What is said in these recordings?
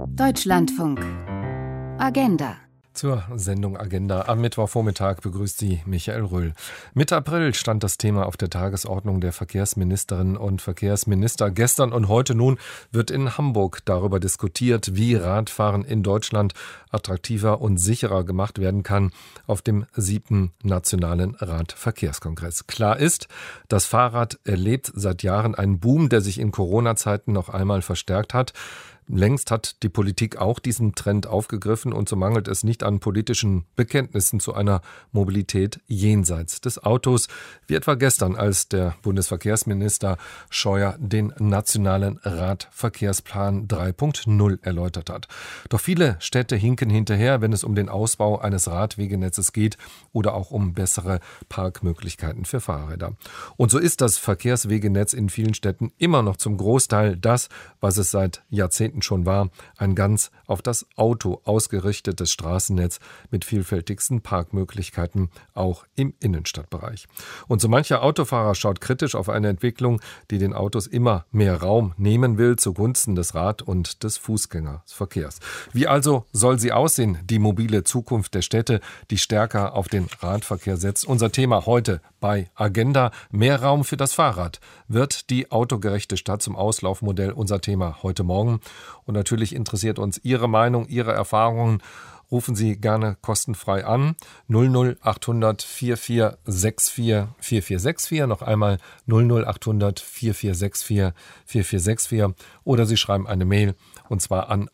Deutschlandfunk. Agenda. Zur Sendung Agenda am Mittwochvormittag begrüßt Sie Michael Röhl. Mitte April stand das Thema auf der Tagesordnung der Verkehrsministerinnen und Verkehrsminister. Gestern und heute nun wird in Hamburg darüber diskutiert, wie Radfahren in Deutschland attraktiver und sicherer gemacht werden kann auf dem 7. Nationalen Radverkehrskongress. Klar ist, das Fahrrad erlebt seit Jahren einen Boom, der sich in Corona-Zeiten noch einmal verstärkt hat. Längst hat die Politik auch diesen Trend aufgegriffen und so mangelt es nicht an politischen Bekenntnissen zu einer Mobilität jenseits des Autos, wie etwa gestern, als der Bundesverkehrsminister Scheuer den nationalen Radverkehrsplan 3.0 erläutert hat. Doch viele Städte hinken hinterher, wenn es um den Ausbau eines Radwegenetzes geht oder auch um bessere Parkmöglichkeiten für Fahrräder. Und so ist das Verkehrswegenetz in vielen Städten immer noch zum Großteil das, was es seit Jahrzehnten schon war, ein ganz auf das Auto ausgerichtetes Straßennetz mit vielfältigsten Parkmöglichkeiten, auch im Innenstadtbereich. Und so mancher Autofahrer schaut kritisch auf eine Entwicklung, die den Autos immer mehr Raum nehmen will, zugunsten des Rad- und des Fußgängerverkehrs. Wie also soll sie aussehen, die mobile Zukunft der Städte, die stärker auf den Radverkehr setzt? Unser Thema heute bei Agenda: Mehr Raum für das Fahrrad. Wird die autogerechte Stadt zum Auslaufmodell? Unser Thema heute Morgen. Und natürlich interessiert uns Ihre Meinung, Ihre Erfahrungen. Rufen Sie gerne kostenfrei an. 00800 4464 4464. Noch einmal 00800 4464 4464. Oder Sie schreiben eine Mail, und zwar an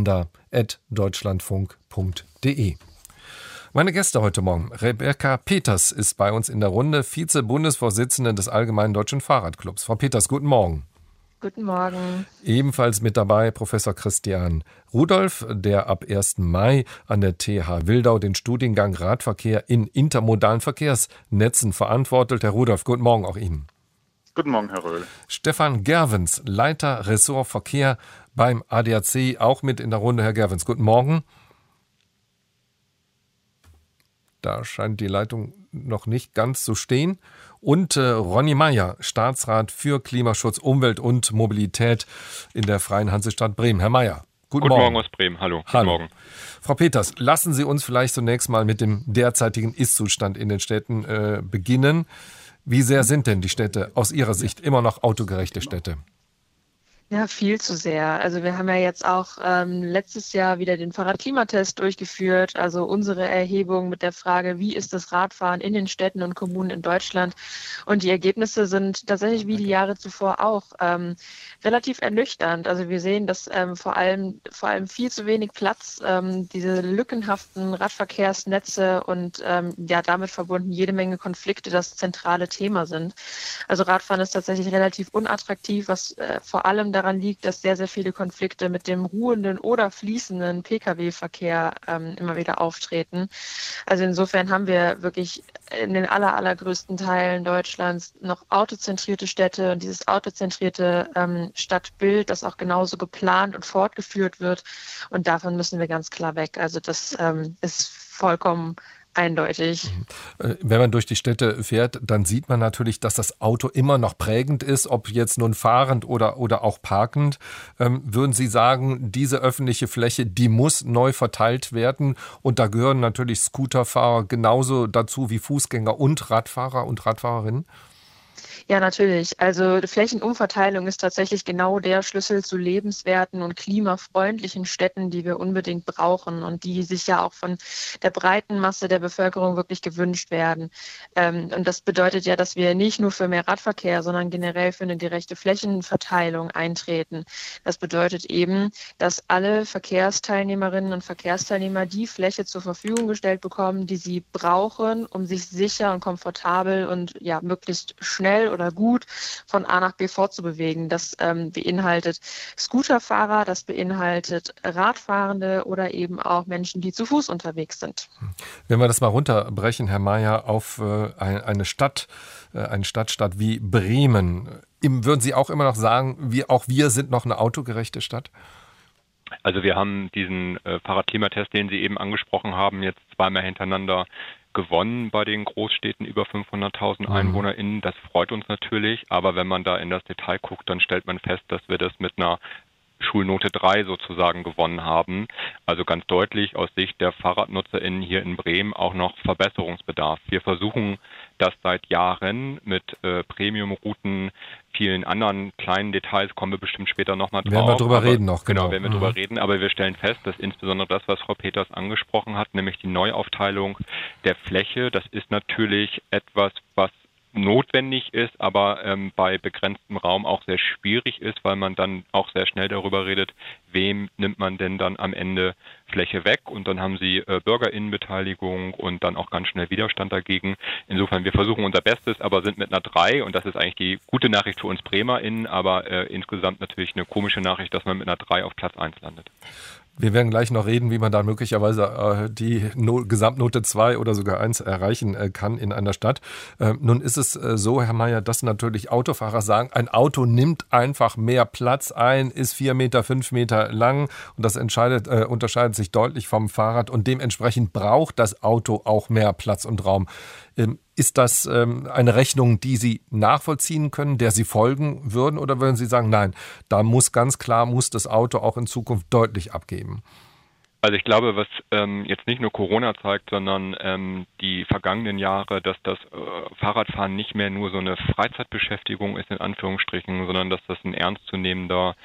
agenda@deutschlandfunk.de. Meine Gäste heute Morgen: Rebecca Peters ist bei uns in der Runde, Vize-Bundesvorsitzende des Allgemeinen Deutschen Fahrradclubs. Frau Peters, guten Morgen. Guten Morgen. Ebenfalls mit dabei Professor Christian Rudolph, der ab 1. Mai an der TH Wildau den Studiengang Radverkehr in intermodalen Verkehrsnetzen verantwortet. Herr Rudolph, guten Morgen auch Ihnen. Guten Morgen, Herr Röhl. Stefan Gerwens, Leiter Ressort Verkehr beim ADAC, auch mit in der Runde. Herr Gerwens, guten Morgen. Da scheint die Leitung noch nicht ganz zu stehen. Und Ronny Meyer, Staatsrat für Klimaschutz, Umwelt und Mobilität in der Freien Hansestadt Bremen. Herr Meyer, guten Morgen. Guten Morgen aus Bremen. Hallo. Hallo. Guten Morgen. Frau Peters, lassen Sie uns vielleicht zunächst mal mit dem derzeitigen Ist-Zustand in den Städten beginnen. Wie sehr sind denn die Städte aus Ihrer Sicht immer noch autogerechte Städte? Ja, viel zu sehr. Also wir haben ja jetzt auch letztes Jahr wieder den Fahrradklimatest durchgeführt, also unsere Erhebung mit der Frage, wie ist das Radfahren in den Städten und Kommunen in Deutschland? Und die Ergebnisse sind tatsächlich wie die Jahre zuvor auch relativ ernüchternd. Also wir sehen, dass vor allem viel zu wenig Platz, diese lückenhaften Radverkehrsnetze und ja damit verbunden jede Menge Konflikte das zentrale Thema sind. Also Radfahren ist tatsächlich relativ unattraktiv, was vor allem daran liegt, dass sehr, sehr viele Konflikte mit dem ruhenden oder fließenden Pkw-Verkehr immer wieder auftreten. Also insofern haben wir wirklich in den allergrößten Teilen Deutschlands noch autozentrierte Städte und dieses autozentrierte Stadtbild, das auch genauso geplant und fortgeführt wird. Und davon müssen wir ganz klar weg. Also das ist vollkommen eindeutig. Wenn man durch die Städte fährt, dann sieht man natürlich, dass das Auto immer noch prägend ist, ob jetzt nun fahrend oder auch parkend. Würden Sie sagen, diese öffentliche Fläche, die muss neu verteilt werden? Und da gehören natürlich Scooterfahrer genauso dazu wie Fußgänger und Radfahrer und Radfahrerinnen? Ja, natürlich. Also die Flächenumverteilung ist tatsächlich genau der Schlüssel zu lebenswerten und klimafreundlichen Städten, die wir unbedingt brauchen und die sich ja auch von der breiten Masse der Bevölkerung wirklich gewünscht werden. Und das bedeutet ja, dass wir nicht nur für mehr Radverkehr, sondern generell für eine gerechte Flächenverteilung eintreten. Das bedeutet eben, dass alle Verkehrsteilnehmerinnen und Verkehrsteilnehmer die Fläche zur Verfügung gestellt bekommen, die sie brauchen, um sich sicher und komfortabel und ja möglichst schnell oder gut von A nach B fortzubewegen. Das beinhaltet Scooterfahrer, das beinhaltet Radfahrende oder eben auch Menschen, die zu Fuß unterwegs sind. Wenn wir das mal runterbrechen, Herr Meyer, auf eine Stadtstaat wie Bremen, würden Sie auch immer noch sagen, wir sind noch eine autogerechte Stadt? Also wir haben diesen Fahrradklimatest, den Sie eben angesprochen haben, jetzt zweimal hintereinander gewonnen bei den Großstädten über 500.000 EinwohnerInnen. Das freut uns natürlich, aber wenn man da in das Detail guckt, dann stellt man fest, dass wir das mit einer Schulnote 3 sozusagen gewonnen haben. Also ganz deutlich aus Sicht der FahrradnutzerInnen hier in Bremen auch noch Verbesserungsbedarf. Wir versuchen das seit Jahren mit Premium-Routen, vielen anderen kleinen Details, kommen wir bestimmt später nochmal drauf. Werden wir drüber reden noch, genau. Werden wir drüber reden, aber wir stellen fest, dass insbesondere das, was Frau Peters angesprochen hat, nämlich die Neuaufteilung der Fläche, das ist natürlich etwas, was notwendig ist, aber bei begrenztem Raum auch sehr schwierig ist, weil man dann auch sehr schnell darüber redet, wem nimmt man denn dann am Ende Fläche weg, und dann haben sie BürgerInnenbeteiligung und dann auch ganz schnell Widerstand dagegen. Insofern, wir versuchen unser Bestes, aber sind mit einer 3, und das ist eigentlich die gute Nachricht für uns BremerInnen, aber insgesamt natürlich eine komische Nachricht, dass man mit einer 3 auf Platz 1 landet. Wir werden gleich noch reden, wie man da möglicherweise die Gesamtnote 2 oder sogar 1 erreichen kann in einer Stadt. Nun ist es so, Herr Mayer, dass natürlich Autofahrer sagen, ein Auto nimmt einfach mehr Platz ein, ist 4 Meter, 5 Meter lang, und das unterscheidet sich deutlich vom Fahrrad, und dementsprechend braucht das Auto auch mehr Platz und Raum. Ist das eine Rechnung, die Sie nachvollziehen können, der Sie folgen würden, oder würden Sie sagen, nein, da muss das Auto auch in Zukunft deutlich abgeben? Also ich glaube, was jetzt nicht nur Corona zeigt, sondern die vergangenen Jahre, dass das Fahrradfahren nicht mehr nur so eine Freizeitbeschäftigung ist, in Anführungsstrichen, sondern dass das eine ernstzunehmende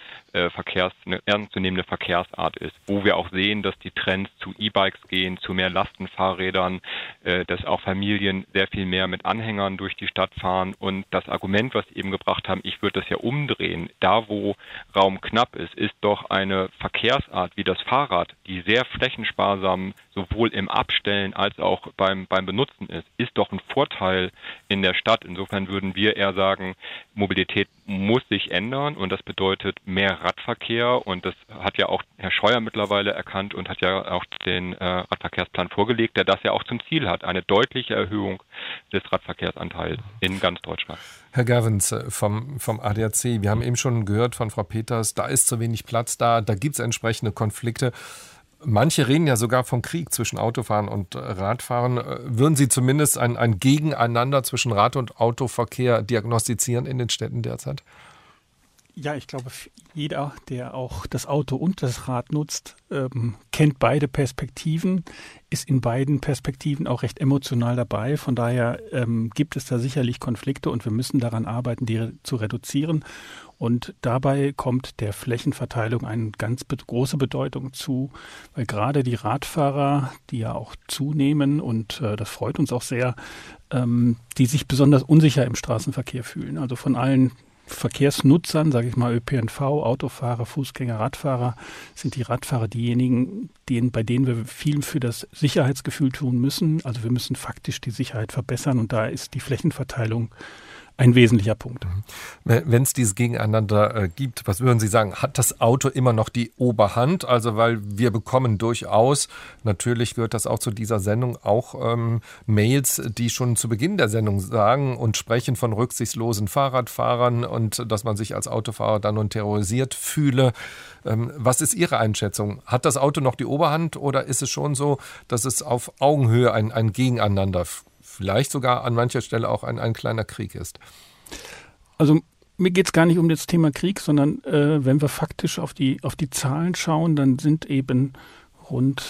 Verkehrsart ist, wo wir auch sehen, dass die Trends zu E-Bikes gehen, zu mehr Lastenfahrrädern, dass auch Familien sehr viel mehr mit Anhängern durch die Stadt fahren, und das Argument, was Sie eben gebracht haben, ich würde das ja umdrehen, da wo Raum knapp ist doch eine Verkehrsart wie das Fahrrad, die sehr flächensparsam sowohl im Abstellen als auch beim Benutzen ist doch ein Vorteil in der Stadt. Insofern würden wir eher sagen, Mobilität muss sich ändern, und das bedeutet mehr Radverkehr, und das hat ja auch Herr Scheuer mittlerweile erkannt und hat ja auch den Radverkehrsplan vorgelegt, der das ja auch zum Ziel hat, eine deutliche Erhöhung des Radverkehrsanteils in ganz Deutschland. Herr Gerwens vom ADAC, wir haben eben schon gehört von Frau Peters, da ist zu wenig Platz da gibt es entsprechende Konflikte. Manche reden ja sogar vom Krieg zwischen Autofahren und Radfahren. Würden Sie zumindest ein Gegeneinander zwischen Rad- und Autoverkehr diagnostizieren in den Städten derzeit? Ja, ich glaube, jeder, der auch das Auto und das Rad nutzt, kennt beide Perspektiven, ist in beiden Perspektiven auch recht emotional dabei. Von daher gibt es da sicherlich Konflikte, und wir müssen daran arbeiten, die zu reduzieren. Und dabei kommt der Flächenverteilung eine ganz große Bedeutung zu, weil gerade die Radfahrer, die ja auch zunehmen, und das freut uns auch sehr, die sich besonders unsicher im Straßenverkehr fühlen. Also von allen Verkehrsnutzern, sage ich mal ÖPNV, Autofahrer, Fußgänger, Radfahrer, sind die Radfahrer diejenigen, bei denen wir viel für das Sicherheitsgefühl tun müssen. Also wir müssen faktisch die Sicherheit verbessern, und da ist die Flächenverteilung ein wesentlicher Punkt. Wenn es dieses Gegeneinander gibt, was würden Sie sagen, hat das Auto immer noch die Oberhand? Also weil wir bekommen durchaus, natürlich gehört das auch zu dieser Sendung, auch Mails, die schon zu Beginn der Sendung sagen und sprechen von rücksichtslosen Fahrradfahrern und dass man sich als Autofahrer dann nun terrorisiert fühle. Was ist Ihre Einschätzung? Hat das Auto noch die Oberhand, oder ist es schon so, dass es auf Augenhöhe ein Gegeneinander vielleicht sogar an mancher Stelle auch ein kleiner Krieg ist? Also mir geht es gar nicht um das Thema Krieg, sondern wenn wir faktisch auf die Zahlen schauen, dann sind eben rund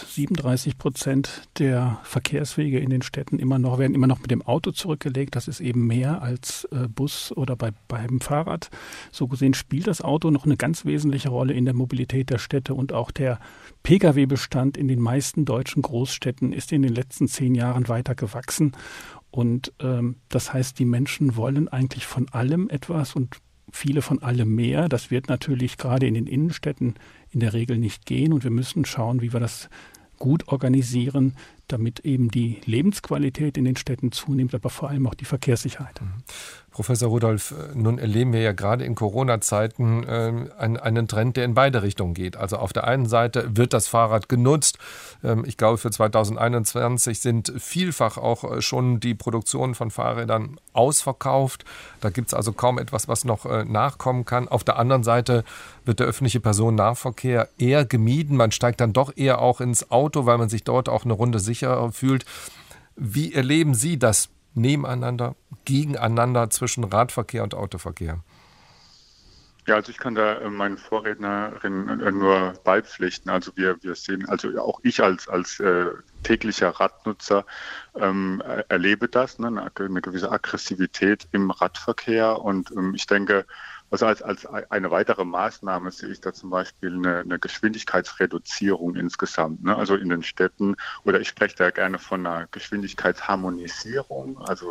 37% der Verkehrswege in den Städten werden immer noch mit dem Auto zurückgelegt. Das ist eben mehr als Bus oder beim Fahrrad. So gesehen spielt das Auto noch eine ganz wesentliche Rolle in der Mobilität der Städte, und auch der Pkw-Bestand in den meisten deutschen Großstädten ist in den letzten 10 Jahren weiter gewachsen. Und das heißt, die Menschen wollen eigentlich von allem etwas und viele von allem mehr. Das wird natürlich gerade in den Innenstädten in der Regel nicht gehen, und wir müssen schauen, wie wir das gut organisieren, damit eben die Lebensqualität in den Städten zunimmt, aber vor allem auch die Verkehrssicherheit. Professor Rudolph, nun erleben wir ja gerade in Corona-Zeiten einen Trend, der in beide Richtungen geht. Also auf der einen Seite wird das Fahrrad genutzt. Ich glaube, für 2021 sind vielfach auch schon die Produktionen von Fahrrädern ausverkauft. Da gibt es also kaum etwas, was noch nachkommen kann. Auf der anderen Seite wird der öffentliche Personennahverkehr eher gemieden. Man steigt dann doch eher auch ins Auto, weil man sich dort auch eine Runde sicherer fühlt. Wie erleben Sie das nebeneinander, gegeneinander zwischen Radverkehr und Autoverkehr? Ja, also ich kann da meinen Vorrednerinnen nur beipflichten. Also wir sehen, also auch ich als täglicher Radnutzer erlebe das, ne, eine gewisse Aggressivität im Radverkehr. Und ich denke, also als eine weitere Maßnahme sehe ich da zum Beispiel eine Geschwindigkeitsreduzierung insgesamt, ne? Also in den Städten, oder ich spreche da gerne von einer Geschwindigkeitsharmonisierung, also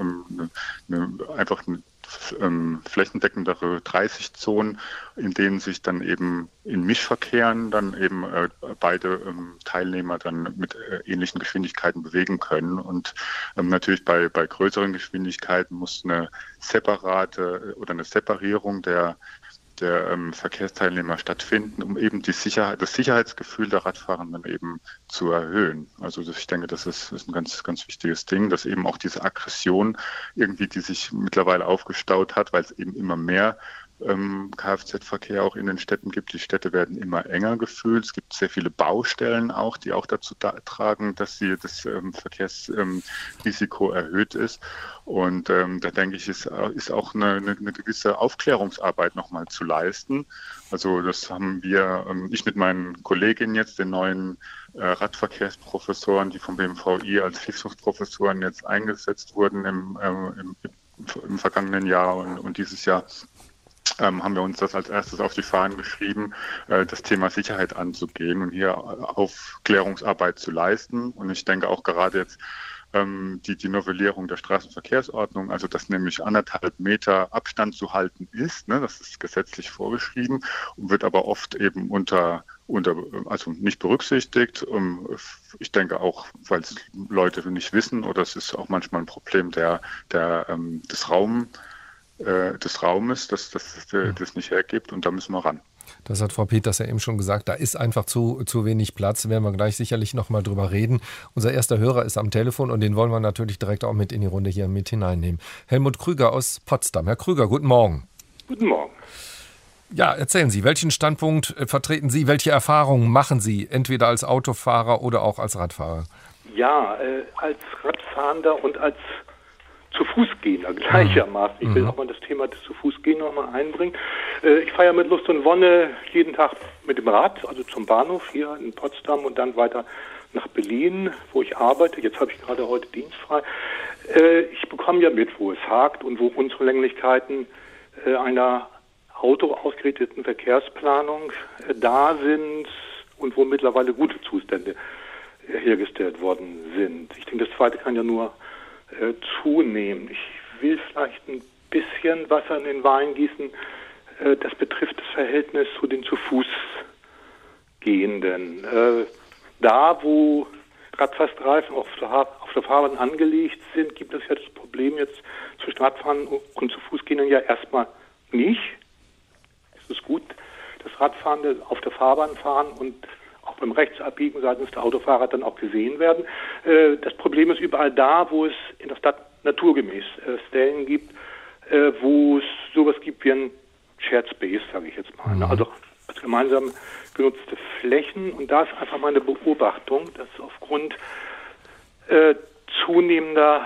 einfach eine flächendeckendere 30-Zonen, in denen sich dann eben in Mischverkehren dann eben beide Teilnehmer dann mit ähnlichen Geschwindigkeiten bewegen können. Und natürlich bei größeren Geschwindigkeiten muss eine separate oder eine Separierung der Verkehrsteilnehmer stattfinden, um eben das Sicherheitsgefühl der Radfahrenden eben zu erhöhen. Also ich denke, das ist ein ganz, ganz wichtiges Ding, dass eben auch diese Aggression irgendwie, die sich mittlerweile aufgestaut hat, weil es eben immer mehr Kfz-Verkehr auch in den Städten gibt. Die Städte werden immer enger gefüllt. Es gibt sehr viele Baustellen auch, die auch dazu tragen, dass das Verkehrsrisiko erhöht ist. Und da denke ich, ist auch eine gewisse Aufklärungsarbeit nochmal zu leisten. Also das haben ich mit meinen Kolleginnen jetzt, den neuen Radverkehrsprofessoren, die vom BMVI als Hilfsprofessoren jetzt eingesetzt wurden im vergangenen Jahr und dieses Jahr, haben wir uns das als erstes auf die Fahnen geschrieben, das Thema Sicherheit anzugehen und hier Aufklärungsarbeit zu leisten. Und ich denke auch gerade jetzt die Novellierung der Straßenverkehrsordnung, also dass nämlich 1,5 Meter Abstand zu halten ist, ne, das ist gesetzlich vorgeschrieben und wird aber oft eben also nicht berücksichtigt. Ich denke auch, weil es Leute nicht wissen, oder es ist auch manchmal ein Problem des Raumes, dass das nicht hergibt, und da müssen wir ran. Das hat Frau Peters ja eben schon gesagt, da ist einfach zu wenig Platz, werden wir gleich sicherlich noch mal drüber reden. Unser erster Hörer ist am Telefon und den wollen wir natürlich direkt auch mit in die Runde hier mit hineinnehmen. Helmut Krüger aus Potsdam. Herr Krüger, guten Morgen. Guten Morgen. Ja, erzählen Sie, welchen Standpunkt vertreten Sie, welche Erfahrungen machen Sie, entweder als Autofahrer oder auch als Radfahrer? Ja, als Radfahrender und als zu Fußgänger gleichermaßen. Ich will auch mal das Thema des zu Fußgehen noch mal einbringen. Ich fahre ja mit Lust und Wonne jeden Tag mit dem Rad, also zum Bahnhof hier in Potsdam und dann weiter nach Berlin, wo ich arbeite. Jetzt habe ich gerade heute dienstfrei. Ich bekomme ja mit, wo es hakt und wo Unzulänglichkeiten einer autoausgerichteten Verkehrsplanung da sind und wo mittlerweile gute Zustände hergestellt worden sind. Ich denke, das Zweite kann ja nur zunehmen. Ich will vielleicht ein bisschen Wasser in den Wein gießen. Das betrifft das Verhältnis zu den zu Fuß Gehenden. Da, wo Radfahrstreifen auf der Fahrbahn angelegt sind, gibt es ja das Problem jetzt zwischen Radfahren und zu Fußgehenden ja erstmal nicht. Es ist gut, dass Radfahrende auf der Fahrbahn fahren und auch beim Rechtsabbiegen seitens der Autofahrer dann auch gesehen werden. Das Problem ist überall da, wo es in der Stadt naturgemäß Stellen gibt, wo es sowas gibt wie ein Shared Space, sage ich jetzt mal. Also als gemeinsam genutzte Flächen. Und da ist einfach meine Beobachtung, dass aufgrund zunehmender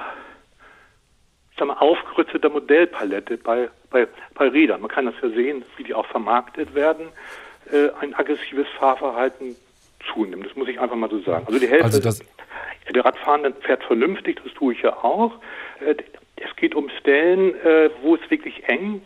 aufgerüsteter Modellpalette bei Rädern, man kann das ja sehen, wie die auch vermarktet werden, ein aggressives Fahrverhalten zunimmt. Das muss ich einfach mal so sagen. Also die Hälfte der Radfahrenden fährt vernünftig, das tue ich ja auch. Es geht um Stellen, wo es wirklich eng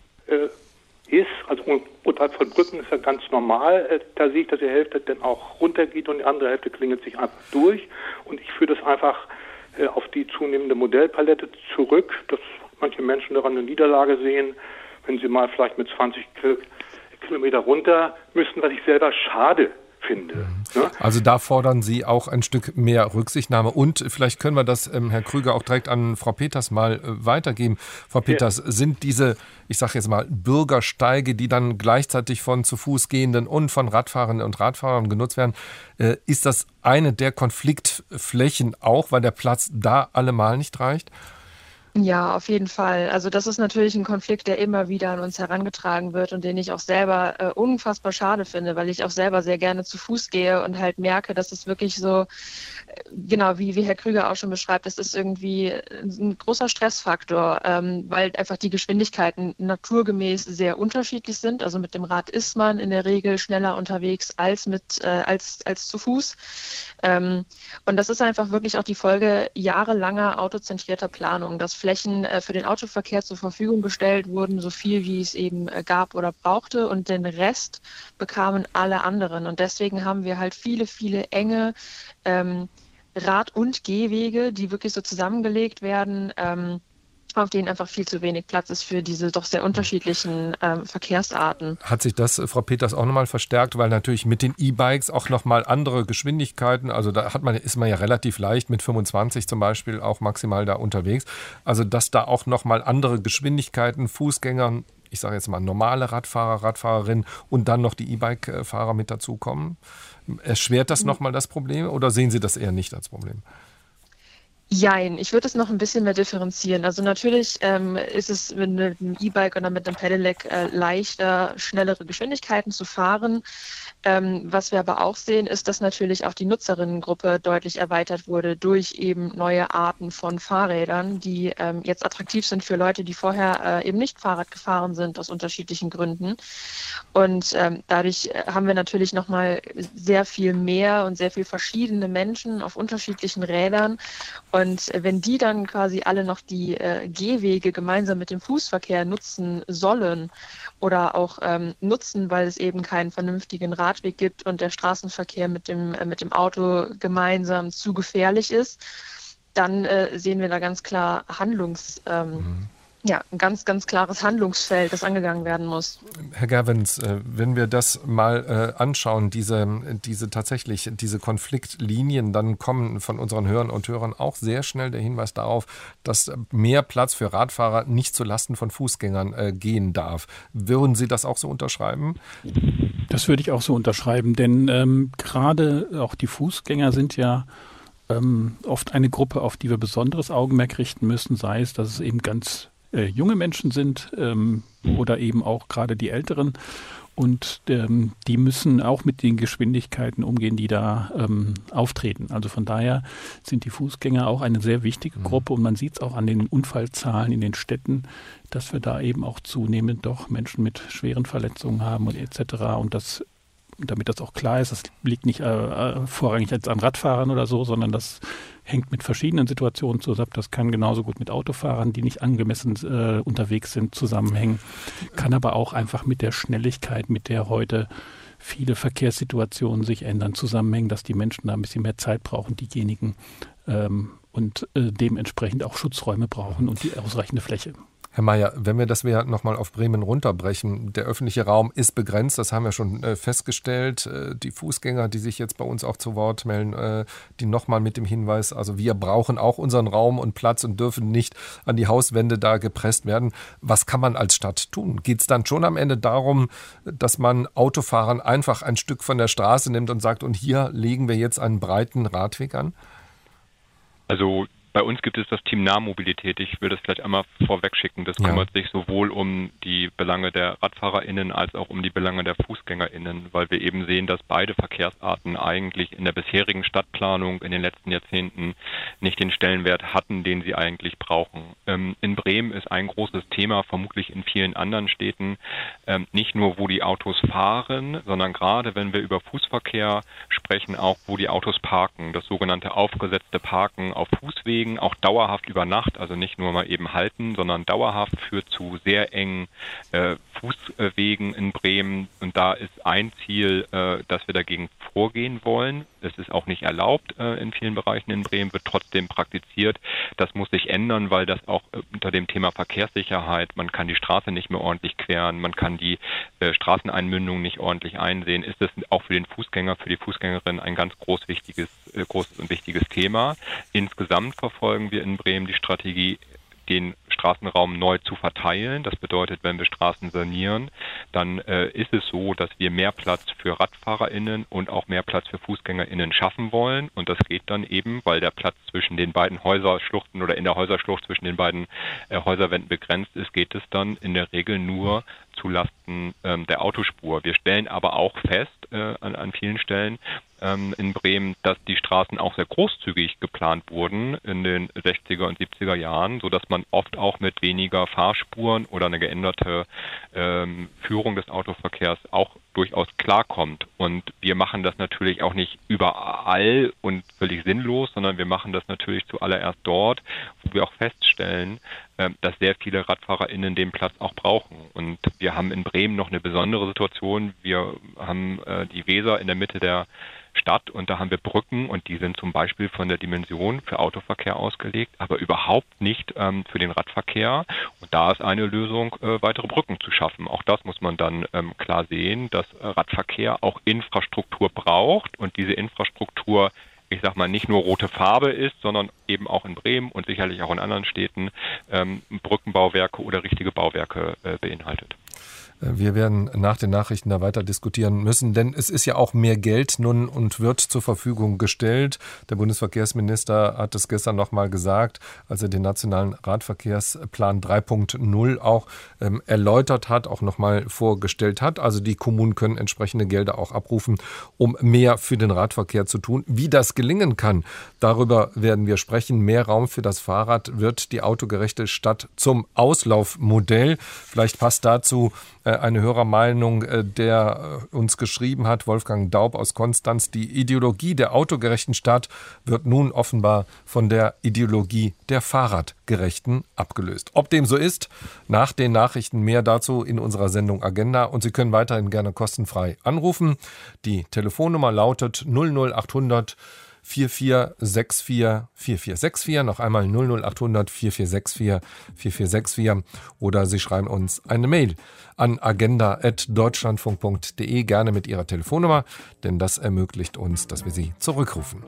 ist. Also unterhalb von Brücken ist ja ganz normal. Da sehe ich, dass die Hälfte dann auch runtergeht und die andere Hälfte klingelt sich einfach durch. Und ich führe das einfach auf die zunehmende Modellpalette zurück, dass manche Menschen daran eine Niederlage sehen, wenn sie mal vielleicht mit 20 Kilometer runter müssen, was ich selber schade finde. Ne? Also da fordern Sie auch ein Stück mehr Rücksichtnahme und vielleicht können wir das, Herr Krüger, auch direkt an Frau Peters mal weitergeben. Frau Peters, sind diese, ich sage jetzt mal, Bürgersteige, die dann gleichzeitig von zu Fuß gehenden und von Radfahrenden und Radfahrern genutzt werden, ist das eine der Konfliktflächen auch, weil der Platz da allemal nicht reicht? Ja, auf jeden Fall. Also das ist natürlich ein Konflikt, der immer wieder an uns herangetragen wird und den ich auch selber unfassbar schade finde, weil ich auch selber sehr gerne zu Fuß gehe und halt merke, dass es wirklich so, genau wie Herr Krüger auch schon beschreibt, das ist irgendwie ein großer Stressfaktor, weil einfach die Geschwindigkeiten naturgemäß sehr unterschiedlich sind. Also mit dem Rad ist man in der Regel schneller unterwegs als als zu Fuß. Und das ist einfach wirklich auch die Folge jahrelanger autozentrierter Planung, dass Flächen für den Autoverkehr zur Verfügung gestellt wurden, so viel wie es eben gab oder brauchte, und den Rest bekamen alle anderen. Und deswegen haben wir halt viele, viele enge Rad- und Gehwege, die wirklich so zusammengelegt werden, auf denen einfach viel zu wenig Platz ist für diese doch sehr unterschiedlichen Verkehrsarten. Hat sich das, Frau Peters, auch nochmal verstärkt, weil natürlich mit den E-Bikes auch nochmal andere Geschwindigkeiten, also da ist man ja relativ leicht mit 25 zum Beispiel auch maximal da unterwegs, also dass da auch nochmal andere Geschwindigkeiten, Fußgängern, ich sage jetzt mal normale Radfahrer, Radfahrerinnen und dann noch die E-Bike-Fahrer mit dazukommen. Erschwert das nochmal das Problem oder sehen Sie das eher nicht als Problem? Jein, ich würde es noch ein bisschen mehr differenzieren. Also natürlich ist es mit einem E-Bike oder mit einem Pedelec leichter, schnellere Geschwindigkeiten zu fahren. Was wir aber auch sehen, ist, dass natürlich auch die Nutzerinnengruppe deutlich erweitert wurde durch eben neue Arten von Fahrrädern, die jetzt attraktiv sind für Leute, die vorher eben nicht Fahrrad gefahren sind, aus unterschiedlichen Gründen. Und dadurch haben wir natürlich nochmal sehr viel mehr und sehr viel verschiedene Menschen auf unterschiedlichen Rädern. Und wenn die dann quasi alle noch die Gehwege gemeinsam mit dem Fußverkehr nutzen sollen oder auch nutzen, weil es eben keinen vernünftigen Radweg gibt und der Straßenverkehr mit dem Auto gemeinsam zu gefährlich ist, dann sehen wir da ganz klar ein ganz, ganz klares Handlungsfeld, das angegangen werden muss. Herr Gerwens, wenn wir das mal anschauen, diese Konfliktlinien, dann kommen von unseren Hörern und Hörern auch sehr schnell der Hinweis darauf, dass mehr Platz für Radfahrer nicht zulasten von Fußgängern gehen darf. Würden Sie das auch so unterschreiben? Das würde ich auch so unterschreiben, denn gerade auch die Fußgänger sind ja oft eine Gruppe, auf die wir besonderes Augenmerk richten müssen, sei es, dass es eben ganz junge Menschen sind oder eben auch gerade die Älteren. Und die müssen auch mit den Geschwindigkeiten umgehen, die da auftreten. Also von daher sind die Fußgänger auch eine sehr wichtige Gruppe. Und man sieht es auch an den Unfallzahlen in den Städten, dass wir da eben auch zunehmend doch Menschen mit schweren Verletzungen haben und etc. Und damit das auch klar ist, das liegt nicht vorrangig jetzt an Radfahrern oder so, sondern das hängt mit verschiedenen Situationen zusammen. Das kann genauso gut mit Autofahrern, die nicht angemessen unterwegs sind, zusammenhängen. Kann aber auch einfach mit der Schnelligkeit, mit der heute viele Verkehrssituationen sich ändern, zusammenhängen, dass die Menschen da ein bisschen mehr Zeit brauchen, diejenigen, und dementsprechend auch Schutzräume brauchen und die ausreichende Fläche. Herr Mayer, wenn wir das nochmal auf Bremen runterbrechen, der öffentliche Raum ist begrenzt, das haben wir schon festgestellt. Die Fußgänger, die sich jetzt bei uns auch zu Wort melden, die nochmal mit dem Hinweis, also wir brauchen auch unseren Raum und Platz und dürfen nicht an die Hauswände da gepresst werden. Was kann man als Stadt tun? Geht es dann schon am Ende darum, dass man Autofahrern einfach ein Stück von der Straße nimmt und sagt, und hier legen wir jetzt einen breiten Radweg an? Also bei uns gibt es das Team Nahmobilität. Ich will das vielleicht einmal vorweg schicken. Das kümmert sich sowohl um die Belange der RadfahrerInnen als auch um die Belange der FußgängerInnen, weil wir eben sehen, dass beide Verkehrsarten eigentlich in der bisherigen Stadtplanung in den letzten Jahrzehnten nicht den Stellenwert hatten, den sie eigentlich brauchen. In Bremen ist ein großes Thema, vermutlich in vielen anderen Städten, nicht nur, wo die Autos fahren, sondern gerade, wenn wir über Fußverkehr sprechen, auch, wo die Autos parken. Das sogenannte aufgesetzte Parken auf Fußwegen, auch dauerhaft über Nacht, also nicht nur mal eben halten, sondern dauerhaft, führt zu sehr engen Fußwegen in Bremen. Und da ist ein Ziel, dass wir dagegen vorgehen wollen. Es ist auch nicht erlaubt in vielen Bereichen in Bremen, wird trotzdem praktiziert. Das muss sich ändern, weil das auch unter dem Thema Verkehrssicherheit, man kann die Straße nicht mehr ordentlich queren, man kann die Straßeneinmündung nicht ordentlich einsehen, ist es auch für den Fußgänger, für die Fußgängerin ein ganz großes und wichtiges Thema. Insgesamt verfolgen wir in Bremen die Strategie, den Straßenraum neu zu verteilen. Das bedeutet, wenn wir Straßen sanieren, dann ist es so, dass wir mehr Platz für RadfahrerInnen und auch mehr Platz für FußgängerInnen schaffen wollen. Und das geht dann eben, weil der Platz zwischen den beiden Häuserschluchten oder in der Häuserschlucht zwischen den beiden Häuserwänden begrenzt ist, geht es dann in der Regel nur zulasten der Autospur. Wir stellen aber auch fest an vielen Stellen in Bremen, dass die Straßen auch sehr großzügig geplant wurden in den 60er und 70er Jahren, sodass man oft auch mit weniger Fahrspuren oder eine geänderte Führung des Autoverkehrs auch durchaus klarkommt. Und wir machen das natürlich auch nicht überall und völlig sinnlos, sondern wir machen das natürlich zuallererst dort, wo wir auch feststellen, dass sehr viele RadfahrerInnen den Platz auch brauchen. Und wir haben in Bremen noch eine besondere Situation. Wir haben die Weser in der Mitte der Stadt und da haben wir Brücken und die sind zum Beispiel von der Dimension für Autoverkehr ausgelegt, aber überhaupt nicht für den Radverkehr. Und da ist eine Lösung, weitere Brücken zu schaffen. Auch das muss man dann klar sehen, dass Radverkehr auch Infrastruktur braucht und diese Infrastruktur, ich sag mal, nicht nur rote Farbe ist, sondern eben auch in Bremen und sicherlich auch in anderen Städten Brückenbauwerke oder richtige Bauwerke beinhaltet. Wir werden nach den Nachrichten da weiter diskutieren müssen, denn es ist ja auch mehr Geld nun und wird zur Verfügung gestellt. Der Bundesverkehrsminister hat es gestern noch mal gesagt, als er den nationalen Radverkehrsplan 3.0 auch erläutert hat, auch noch mal vorgestellt hat. Also die Kommunen können entsprechende Gelder auch abrufen, um mehr für den Radverkehr zu tun. Wie das gelingen kann, darüber werden wir sprechen. Mehr Raum für das Fahrrad wird die autogerechte Stadt zum Auslaufmodell. Vielleicht passt dazu eine Hörermeinung, der uns geschrieben hat, Wolfgang Daub aus Konstanz. Die Ideologie der autogerechten Stadt wird nun offenbar von der Ideologie der Fahrradgerechten abgelöst. Ob dem so ist, nach den Nachrichten mehr dazu in unserer Sendung Agenda. Und Sie können weiterhin gerne kostenfrei anrufen. Die Telefonnummer lautet 00800 4464 4464, noch einmal 00800 4464 4464 oder Sie schreiben uns eine Mail an agenda@deutschlandfunk.de, gerne mit Ihrer Telefonnummer, denn das ermöglicht uns, dass wir Sie zurückrufen.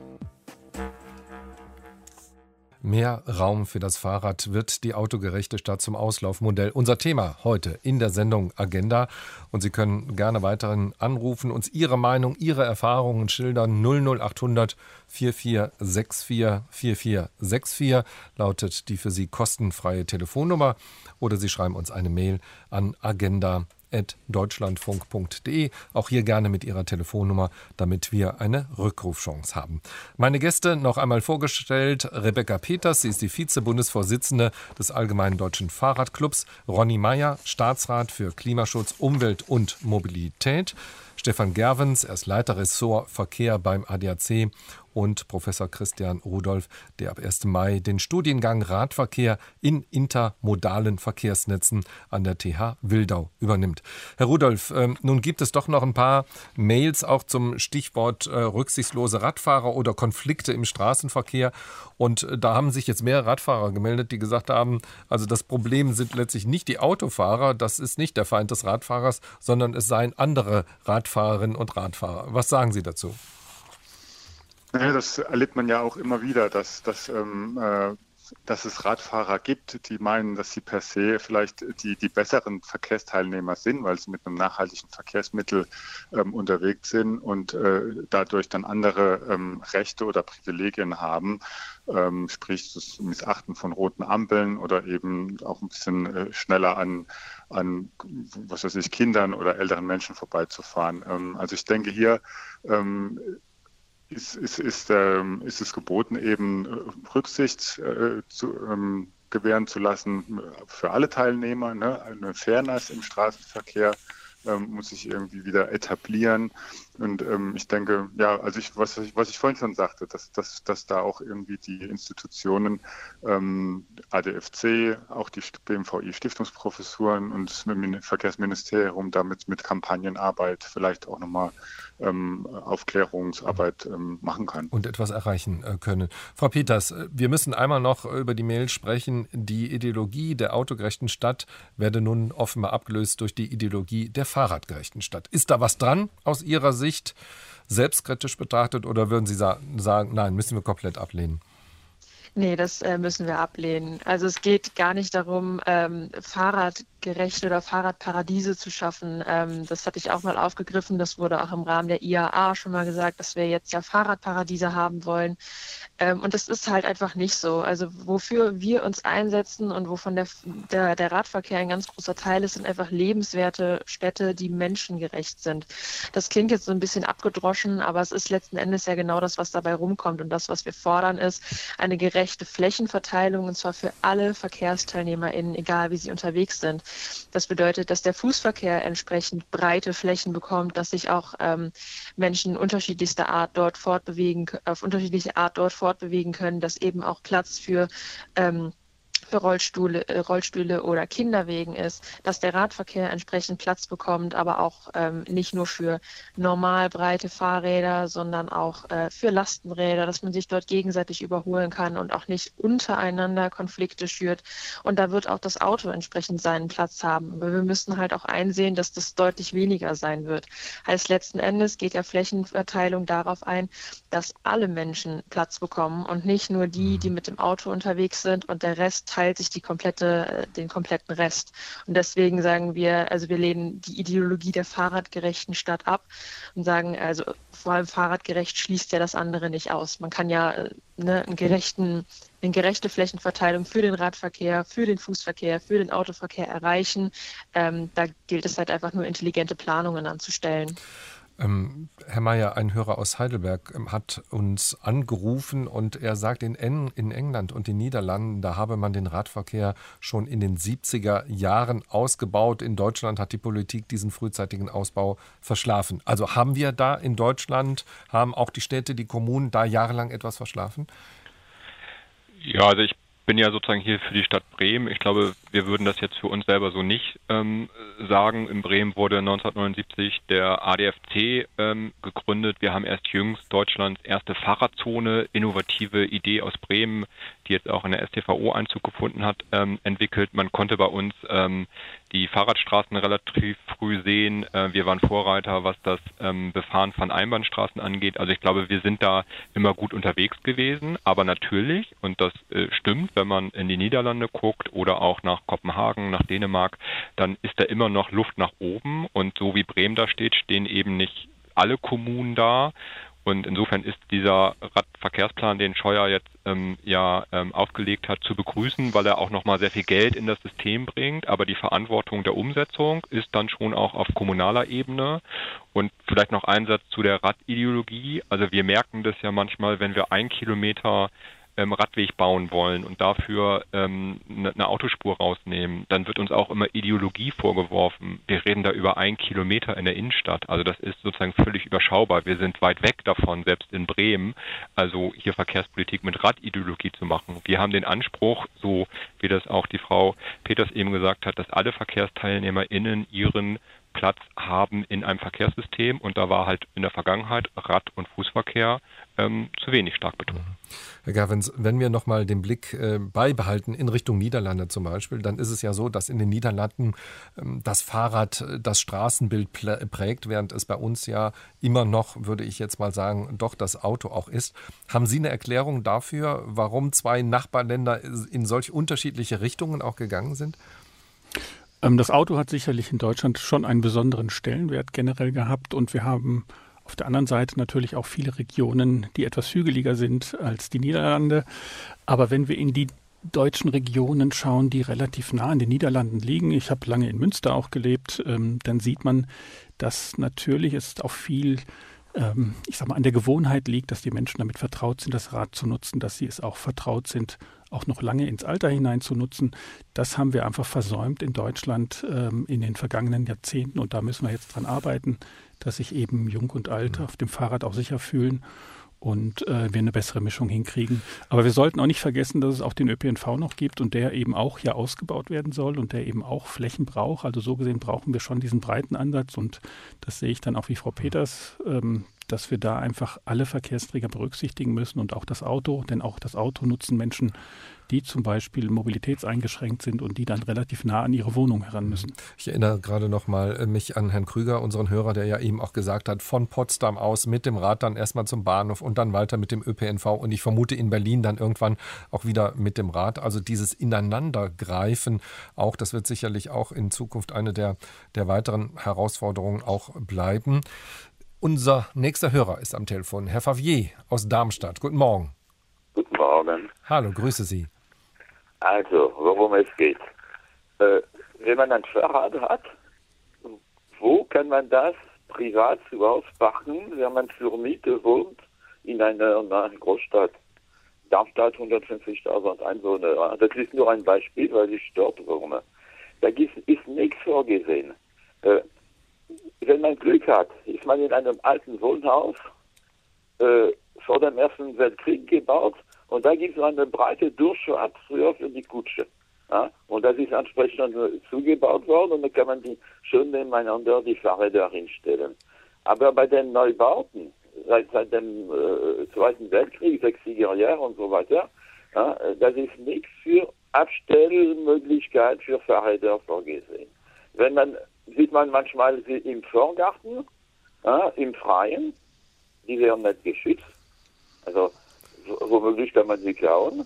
Mehr Raum für das Fahrrad wird die autogerechte Stadt zum Auslaufmodell. Unser Thema heute in der Sendung Agenda. Und Sie können gerne weiterhin anrufen, uns Ihre Meinung, Ihre Erfahrungen schildern. 00800 4464 4464 lautet die für Sie kostenfreie Telefonnummer. Oder Sie schreiben uns eine Mail an agenda@deutschlandfunk.de. Auch hier gerne mit Ihrer Telefonnummer, damit wir eine Rückrufchance haben. Meine Gäste noch einmal vorgestellt. Rebecca Peters, sie ist die Vize-Bundesvorsitzende des Allgemeinen Deutschen Fahrradclubs. Ronny Meyer, Staatsrat für Klimaschutz, Umwelt und Mobilität. Stefan Gerwens, er ist Leiter Ressort Verkehr beim ADAC. Und Professor Christian Rudolph, der ab 1. Mai den Studiengang Radverkehr in intermodalen Verkehrsnetzen an der TH Wildau übernimmt. Herr Rudolph, nun gibt es doch noch ein paar Mails auch zum Stichwort rücksichtslose Radfahrer oder Konflikte im Straßenverkehr. Und da haben sich jetzt mehrere Radfahrer gemeldet, die gesagt haben, also das Problem sind letztlich nicht die Autofahrer, das ist nicht der Feind des Radfahrers, sondern es seien andere Radfahrerinnen und Radfahrer. Was sagen Sie dazu? Ja, das erlebt man ja auch immer wieder, dass es Radfahrer gibt, die meinen, dass sie per se vielleicht die besseren Verkehrsteilnehmer sind, weil sie mit einem nachhaltigen Verkehrsmittel unterwegs sind und dadurch dann andere Rechte oder Privilegien haben, sprich das Missachten von roten Ampeln oder eben auch ein bisschen schneller an was weiß ich, Kindern oder älteren Menschen vorbeizufahren. Also ich denke hier ist es geboten, eben Rücksicht gewähren zu lassen für alle Teilnehmer. Ne? Eine Fairness im Straßenverkehr muss sich irgendwie wieder etablieren. Und ich denke, ja, also was ich vorhin schon sagte, dass da auch irgendwie die Institutionen, ADFC, auch die BMVI Stiftungsprofessuren und das Verkehrsministerium damit mit Kampagnenarbeit vielleicht auch nochmal Aufklärungsarbeit machen kann. Und etwas erreichen können. Frau Peters, wir müssen einmal noch über die Mail sprechen. Die Ideologie der autogerechten Stadt werde nun offenbar abgelöst durch die Ideologie der fahrradgerechten Stadt. Ist da was dran aus Ihrer Sicht, selbstkritisch betrachtet, oder würden Sie sagen, nein, müssen wir komplett ablehnen? Nee, das müssen wir ablehnen. Also es geht gar nicht darum, fahrradgerechte oder Fahrradparadiese zu schaffen. Das hatte ich auch mal aufgegriffen. Das wurde auch im Rahmen der IAA schon mal gesagt, dass wir jetzt ja Fahrradparadiese haben wollen. Und das ist halt einfach nicht so. Also wofür wir uns einsetzen und wovon der Radverkehr ein ganz großer Teil ist, sind einfach lebenswerte Städte, die menschengerecht sind. Das klingt jetzt so ein bisschen abgedroschen, aber es ist letzten Endes ja genau das, was dabei rumkommt. Und das, was wir fordern, ist eine gerechte Flächenverteilung, und zwar für alle VerkehrsteilnehmerInnen, egal wie sie unterwegs sind. Das bedeutet, dass der Fußverkehr entsprechend breite Flächen bekommt, dass sich auch Menschen unterschiedlichster Art dort auf unterschiedliche Art dort fortbewegen können, dass eben auch Platz für Rollstühle oder Kinderwegen ist, dass der Radverkehr entsprechend Platz bekommt, aber auch nicht nur für normal breite Fahrräder, sondern auch für Lastenräder, dass man sich dort gegenseitig überholen kann und auch nicht untereinander Konflikte schürt. Und da wird auch das Auto entsprechend seinen Platz haben. Aber wir müssen halt auch einsehen, dass das deutlich weniger sein wird. Heißt, letzten Endes geht ja Flächenverteilung darauf ein, dass alle Menschen Platz bekommen und nicht nur die mit dem Auto unterwegs sind und der Rest teilt sich den kompletten Rest. Und deswegen sagen wir, also wir lehnen die Ideologie der fahrradgerechten Stadt ab und sagen, also vor allem fahrradgerecht schließt ja das andere nicht aus. Man kann ja eine gerechte Flächenverteilung für den Radverkehr, für den Fußverkehr, für den Autoverkehr erreichen. Da gilt es halt einfach nur, intelligente Planungen anzustellen. Herr Mayer, ein Hörer aus Heidelberg, hat uns angerufen und er sagt, in England und den Niederlanden, da habe man den Radverkehr schon in den 70er Jahren ausgebaut. In Deutschland hat die Politik diesen frühzeitigen Ausbau verschlafen. Also haben wir da in Deutschland, haben auch die Städte, die Kommunen da jahrelang etwas verschlafen? Ja, also ich bin ja sozusagen hier für die Stadt Bremen. Ich glaube, wir würden das jetzt für uns selber so nicht sagen. In Bremen wurde 1979 der ADFC gegründet. Wir haben erst jüngst Deutschlands erste Fahrradzone, innovative Idee aus Bremen, die jetzt auch in der STVO Einzug gefunden hat, entwickelt. Man konnte bei uns die Fahrradstraßen relativ früh sehen. Wir waren Vorreiter, was das Befahren von Einbahnstraßen angeht. Also ich glaube, wir sind da immer gut unterwegs gewesen. Aber natürlich, und das stimmt, wenn man in die Niederlande guckt oder auch nach Kopenhagen, nach Dänemark, dann ist da immer noch Luft nach oben. Und so wie Bremen da steht, stehen eben nicht alle Kommunen da. Und insofern ist dieser Radverkehrsplan, den Scheuer jetzt aufgelegt hat, zu begrüßen, weil er auch nochmal sehr viel Geld in das System bringt. Aber die Verantwortung der Umsetzung ist dann schon auch auf kommunaler Ebene. Und vielleicht noch ein Satz zu der Radideologie. Also wir merken das ja manchmal, wenn wir 1 Kilometer Radweg bauen wollen und dafür eine Autospur rausnehmen, dann wird uns auch immer Ideologie vorgeworfen. Wir reden da über 1 Kilometer in der Innenstadt. Also das ist sozusagen völlig überschaubar. Wir sind weit weg davon, selbst in Bremen, also hier Verkehrspolitik mit Radideologie zu machen. Wir haben den Anspruch, so wie das auch die Frau Peters eben gesagt hat, dass alle VerkehrsteilnehmerInnen ihren Platz haben in einem Verkehrssystem, und da war halt in der Vergangenheit Rad- und Fußverkehr zu wenig stark betont. Herr Gavins, wenn wir nochmal den Blick beibehalten in Richtung Niederlande zum Beispiel, dann ist es ja so, dass in den Niederlanden das Fahrrad das Straßenbild prägt, während es bei uns ja immer noch, würde ich jetzt mal sagen, doch das Auto auch ist. Haben Sie eine Erklärung dafür, warum 2 Nachbarländer in solch unterschiedliche Richtungen auch gegangen sind? Das Auto hat sicherlich in Deutschland schon einen besonderen Stellenwert generell gehabt, und wir haben auf der anderen Seite natürlich auch viele Regionen, die etwas hügeliger sind als die Niederlande. Aber wenn wir in die deutschen Regionen schauen, die relativ nah an den Niederlanden liegen, ich habe lange in Münster auch gelebt, dann sieht man, dass natürlich es auch viel an der Gewohnheit liegt, dass die Menschen damit vertraut sind, das Rad zu nutzen, dass sie es auch vertraut sind, auch noch lange ins Alter hinein zu nutzen. Das haben wir einfach versäumt in Deutschland in den vergangenen Jahrzehnten, und da müssen wir jetzt dran arbeiten, dass sich eben Jung und Alt auf dem Fahrrad auch sicher fühlen und wir eine bessere Mischung hinkriegen. Aber wir sollten auch nicht vergessen, dass es auch den ÖPNV noch gibt und der eben auch hier ausgebaut werden soll und der eben auch Flächen braucht. Also so gesehen brauchen wir schon diesen breiten Ansatz, und das sehe ich dann auch wie Frau Peters, dass wir da einfach alle Verkehrsträger berücksichtigen müssen und auch das Auto, denn auch das Auto nutzen Menschen, die zum Beispiel mobilitätseingeschränkt sind und die dann relativ nah an ihre Wohnung heran müssen. Ich erinnere gerade noch mal mich an Herrn Krüger, unseren Hörer, der ja eben auch gesagt hat, von Potsdam aus mit dem Rad dann erstmal zum Bahnhof und dann weiter mit dem ÖPNV und ich vermute in Berlin dann irgendwann auch wieder mit dem Rad. Also dieses Ineinandergreifen auch, das wird sicherlich auch in Zukunft eine der weiteren Herausforderungen auch bleiben. Unser nächster Hörer ist am Telefon, Herr Favier aus Darmstadt. Guten Morgen. Guten Morgen. Hallo, grüße Sie. Also, worum es geht. Wenn man ein Fahrrad hat, wo kann man das privat zu Hause parken, wenn man zur Miete wohnt in einer Großstadt? Darmstadt, 150.000 Einwohner. Das ist nur ein Beispiel, weil ich dort wohne. Da ist nichts vorgesehen. Wenn man Glück hat, ist man in einem alten Wohnhaus vor dem Ersten Weltkrieg gebaut und da gibt es eine breite Durchfahrt früher für die Kutsche. Ja? Und das ist entsprechend zugebaut worden und dann kann man die schön nebeneinander die Fahrräder hinstellen. Aber bei den Neubauten, seit dem Zweiten Weltkrieg, 60er Jahre und so weiter, ja, das ist nichts für Abstellmöglichkeit für Fahrräder vorgesehen. Sieht man manchmal im Vorgarten, ja, im Freien, die werden nicht geschützt, also womöglich kann man sie klauen.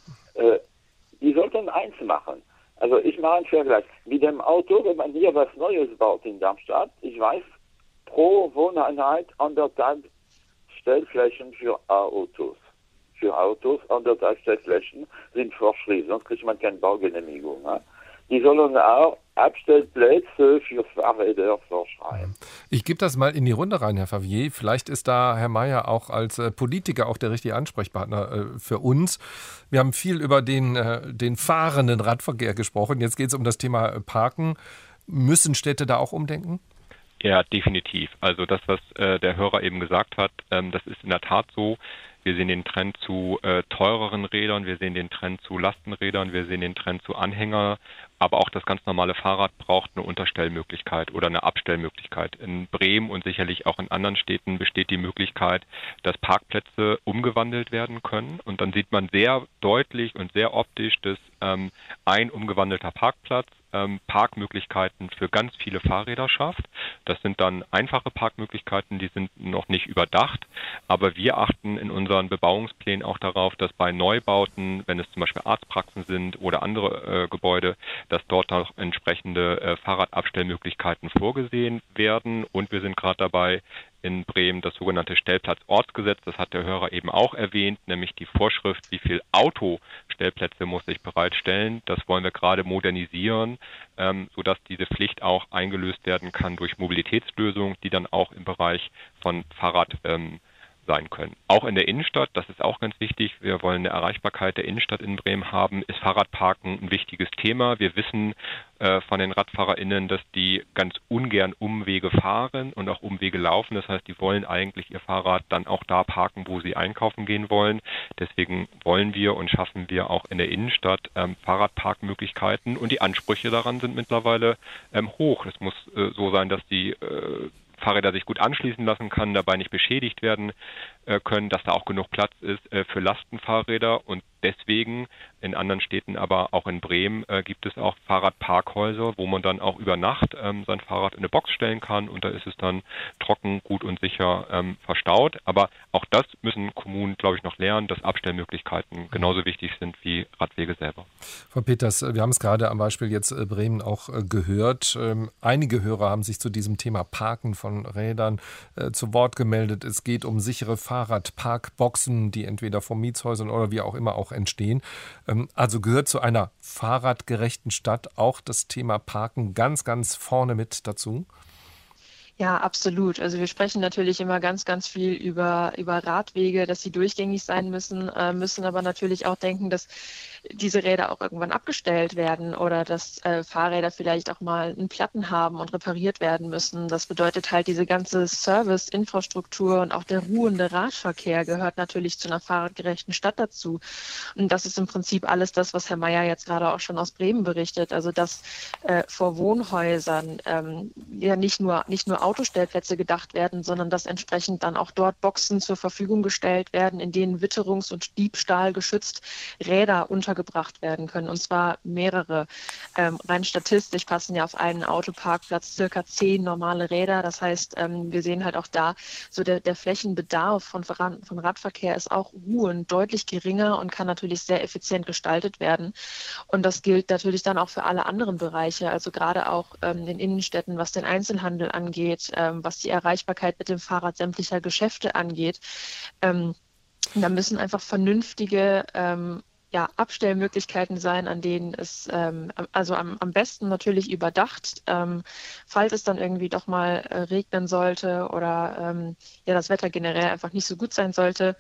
Die sollten eins machen. Also ich mache einen Vergleich. Mit dem Auto, wenn man hier was Neues baut in Darmstadt, ich weiß, pro Wohneinheit 1,5 Stellflächen für Autos. Für Autos 1,5 Stellflächen sind vorschrieben, sonst kriegt man keine Baugenehmigung. Ja? Die sollen auch Abstellplätze für Fahrräder vorschreiben. Ich gebe das mal in die Runde rein, Herr Favier. Vielleicht ist da Herr Mayer auch als Politiker auch der richtige Ansprechpartner für uns. Wir haben viel über den fahrenden Radverkehr gesprochen. Jetzt geht es um das Thema Parken. Müssen Städte da auch umdenken? Ja, definitiv. Also das, was der Hörer eben gesagt hat, das ist in der Tat so. Wir sehen den Trend zu teureren Rädern, wir sehen den Trend zu Lastenrädern, wir sehen den Trend zu Anhänger, aber auch das ganz normale Fahrrad braucht eine Unterstellmöglichkeit oder eine Abstellmöglichkeit. In Bremen und sicherlich auch in anderen Städten besteht die Möglichkeit, dass Parkplätze umgewandelt werden können und dann sieht man sehr deutlich und sehr optisch, dass ein umgewandelter Parkplatz Parkmöglichkeiten für ganz viele Fahrräder schafft. Das sind dann einfache Parkmöglichkeiten, die sind noch nicht überdacht, aber wir achten in unseren Bebauungsplänen auch darauf, dass bei Neubauten, wenn es zum Beispiel Arztpraxen sind oder andere Gebäude, dass dort auch entsprechende Fahrradabstellmöglichkeiten vorgesehen werden und wir sind gerade dabei, in Bremen das sogenannte Stellplatzortsgesetz, das hat der Hörer eben auch erwähnt, nämlich die Vorschrift, wie viel Autostellplätze muss ich bereitstellen. Das wollen wir gerade modernisieren, sodass diese Pflicht auch eingelöst werden kann durch Mobilitätslösungen, die dann auch im Bereich von Fahrrad sein können. Auch in der Innenstadt, das ist auch ganz wichtig, wir wollen eine Erreichbarkeit der Innenstadt in Bremen haben, ist Fahrradparken ein wichtiges Thema. Wir wissen von den RadfahrerInnen, dass die ganz ungern Umwege fahren und auch Umwege laufen. Das heißt, die wollen eigentlich ihr Fahrrad dann auch da parken, wo sie einkaufen gehen wollen. Deswegen wollen wir und schaffen wir auch in der Innenstadt Fahrradparkmöglichkeiten und die Ansprüche daran sind mittlerweile hoch. Es muss so sein, dass die Fahrräder sich gut anschließen lassen kann, dabei nicht beschädigt werden können, dass da auch genug Platz ist für Lastenfahrräder und deswegen in anderen Städten, aber auch in Bremen gibt es auch Fahrradparkhäuser, wo man dann auch über Nacht sein Fahrrad in eine Box stellen kann und da ist es dann trocken, gut und sicher verstaut. Aber auch das müssen Kommunen, glaube ich, noch lernen, dass Abstellmöglichkeiten genauso wichtig sind wie Radwege selber. Frau Peters, wir haben es gerade am Beispiel jetzt Bremen auch gehört. Einige Hörer haben sich zu diesem Thema Parken von Rädern zu Wort gemeldet. Es geht um sichere Fahrradparkboxen, die entweder von Mietshäusern oder wie auch immer auch entstehen. Also gehört zu einer fahrradgerechten Stadt auch das Thema Parken ganz, ganz vorne mit dazu? Ja, absolut. Also wir sprechen natürlich immer ganz, ganz viel über Radwege, dass sie durchgängig sein müssen aber natürlich auch denken, dass diese Räder auch irgendwann abgestellt werden oder dass Fahrräder vielleicht auch mal einen Platten haben und repariert werden müssen. Das bedeutet halt, diese ganze Service-Infrastruktur und auch der ruhende Radverkehr gehört natürlich zu einer fahrradgerechten Stadt dazu. Und das ist im Prinzip alles das, was Herr Mayer jetzt gerade auch schon aus Bremen berichtet. Also dass vor Wohnhäusern ja nicht nur Autostellplätze gedacht werden, sondern dass entsprechend dann auch dort Boxen zur Verfügung gestellt werden, in denen witterungs- und diebstahlgeschützt Räder untergebracht werden können. Und zwar mehrere. Rein statistisch passen ja auf einen Autoparkplatz circa 10 normale Räder. Das heißt, wir sehen halt auch da, so der Flächenbedarf von Radverkehr ist auch ruhend deutlich geringer und kann natürlich sehr effizient gestaltet werden. Und das gilt natürlich dann auch für alle anderen Bereiche, also gerade auch in Innenstädten, was den Einzelhandel angeht, was die Erreichbarkeit mit dem Fahrrad sämtlicher Geschäfte angeht. Da müssen einfach vernünftige Abstellmöglichkeiten sein, an denen es also am besten natürlich überdacht, falls es dann irgendwie doch mal regnen sollte oder das Wetter generell einfach nicht so gut sein sollte.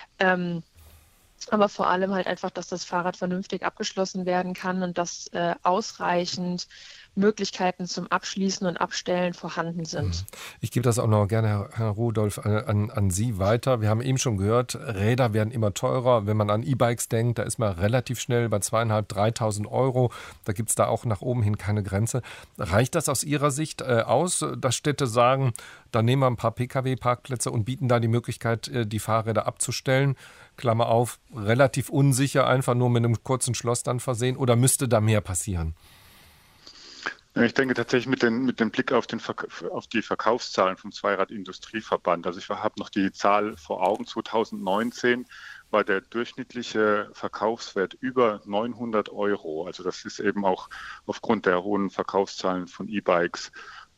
Aber vor allem halt einfach, dass das Fahrrad vernünftig abgeschlossen werden kann und dass ausreichend Möglichkeiten zum Abschließen und Abstellen vorhanden sind. Ich gebe das auch noch gerne, Herr Rudolph, an Sie weiter. Wir haben eben schon gehört, Räder werden immer teurer. Wenn man an E-Bikes denkt, da ist man relativ schnell bei 2.500, 3.000 Euro. Da gibt es da auch nach oben hin keine Grenze. Reicht das aus Ihrer Sicht aus, dass Städte sagen, da nehmen wir ein paar Pkw-Parkplätze und bieten da die Möglichkeit, die Fahrräder abzustellen? Klammer auf, relativ unsicher, einfach nur mit einem kurzen Schloss dann versehen, oder müsste da mehr passieren? Ich denke tatsächlich mit dem Blick auf die Verkaufszahlen vom Zweirad-Industrieverband. Also ich habe noch die Zahl vor Augen. 2019 war der durchschnittliche Verkaufswert über 900 Euro. Also das ist eben auch aufgrund der hohen Verkaufszahlen von E-Bikes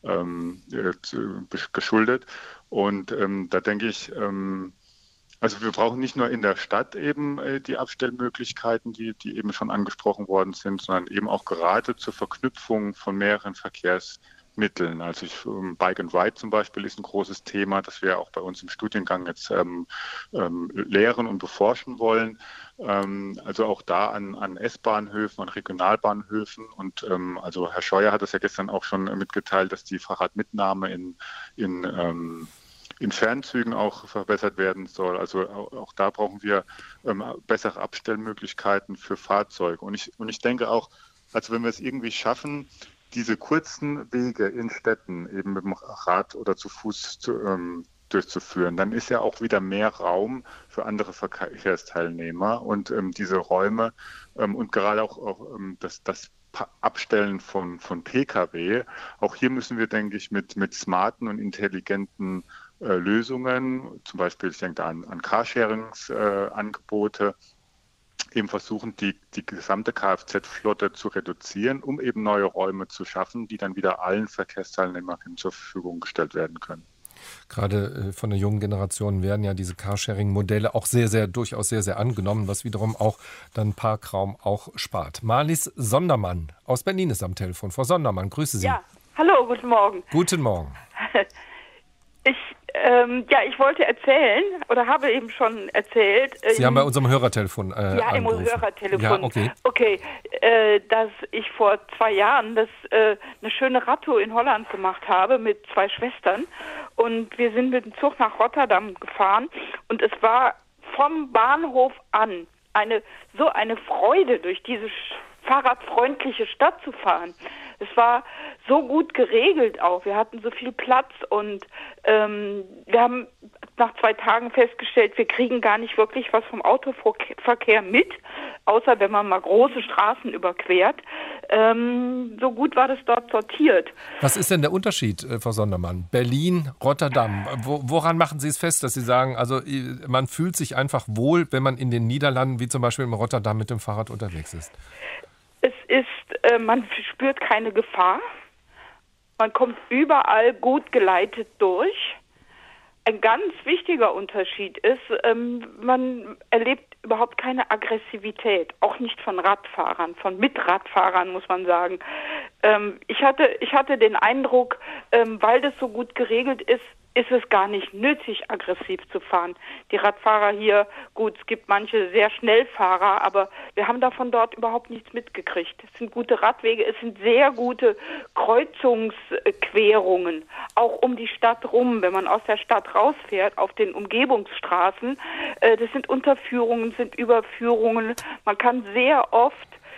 geschuldet. Und da denke ich, also wir brauchen nicht nur in der Stadt eben die Abstellmöglichkeiten, die eben schon angesprochen worden sind, sondern eben auch gerade zur Verknüpfung von mehreren Verkehrsmitteln. Also Bike and Ride zum Beispiel ist ein großes Thema, das wir auch bei uns im Studiengang jetzt lehren und beforschen wollen. Also auch da an S-Bahnhöfen, an Regionalbahnhöfen. Und also Herr Scheuer hat das ja gestern auch schon mitgeteilt, dass die Fahrradmitnahme in Fernzügen auch verbessert werden soll. Also auch da brauchen wir bessere Abstellmöglichkeiten für Fahrzeuge. Und ich denke auch, also wenn wir es irgendwie schaffen, diese kurzen Wege in Städten eben mit dem Rad oder zu Fuß durchzuführen, dann ist ja auch wieder mehr Raum für andere Verkehrsteilnehmer und diese Räume und gerade auch das Abstellen von Pkw. Auch hier müssen wir, denke ich, mit smarten und intelligenten Lösungen, zum Beispiel, ich denke da an Carsharings-Angebote, eben versuchen, die gesamte Kfz-Flotte zu reduzieren, um eben neue Räume zu schaffen, die dann wieder allen Verkehrsteilnehmern zur Verfügung gestellt werden können. Gerade von der jungen Generation werden ja diese Carsharing-Modelle auch durchaus sehr angenommen, was wiederum auch dann Parkraum auch spart. Marlies Sondermann aus Berlin ist am Telefon. Frau Sondermann, grüße Sie. Ja, hallo, guten Morgen. Guten Morgen. Ich wollte erzählen oder habe eben schon erzählt. Sie haben bei unserem Hörertelefon im Hörertelefon. Ja, okay. Okay, dass ich vor 2 Jahren eine schöne Radtour in Holland gemacht habe mit 2 Schwestern. Und wir sind mit dem Zug nach Rotterdam gefahren. Und es war vom Bahnhof an so eine Freude, durch diese fahrradfreundliche Stadt zu fahren. Es war so gut geregelt auch. Wir hatten so viel Platz und wir haben nach 2 Tagen festgestellt, wir kriegen gar nicht wirklich was vom Autoverkehr mit, außer wenn man mal große Straßen überquert. So gut war das dort sortiert. Was ist denn der Unterschied, Frau Sondermann? Berlin, Rotterdam. Woran machen Sie es fest, dass Sie sagen, also man fühlt sich einfach wohl, wenn man in den Niederlanden, wie zum Beispiel in Rotterdam, mit dem Fahrrad unterwegs ist? Es ist, man spürt keine Gefahr. Man kommt überall gut geleitet durch. Ein ganz wichtiger Unterschied ist, man erlebt überhaupt keine Aggressivität, auch nicht von Radfahrern, von Mitradfahrern, muss man sagen. Ich hatte den Eindruck, weil das so gut geregelt ist, ist es gar nicht nötig, aggressiv zu fahren. Die Radfahrer hier, gut, es gibt manche sehr Schnellfahrer, aber wir haben davon dort überhaupt nichts mitgekriegt. Es sind gute Radwege, es sind sehr gute Kreuzungsquerungen, auch um die Stadt rum, wenn man aus der Stadt rausfährt, auf den Umgebungsstraßen. Das sind Unterführungen, sind Überführungen. Man kann sehr oft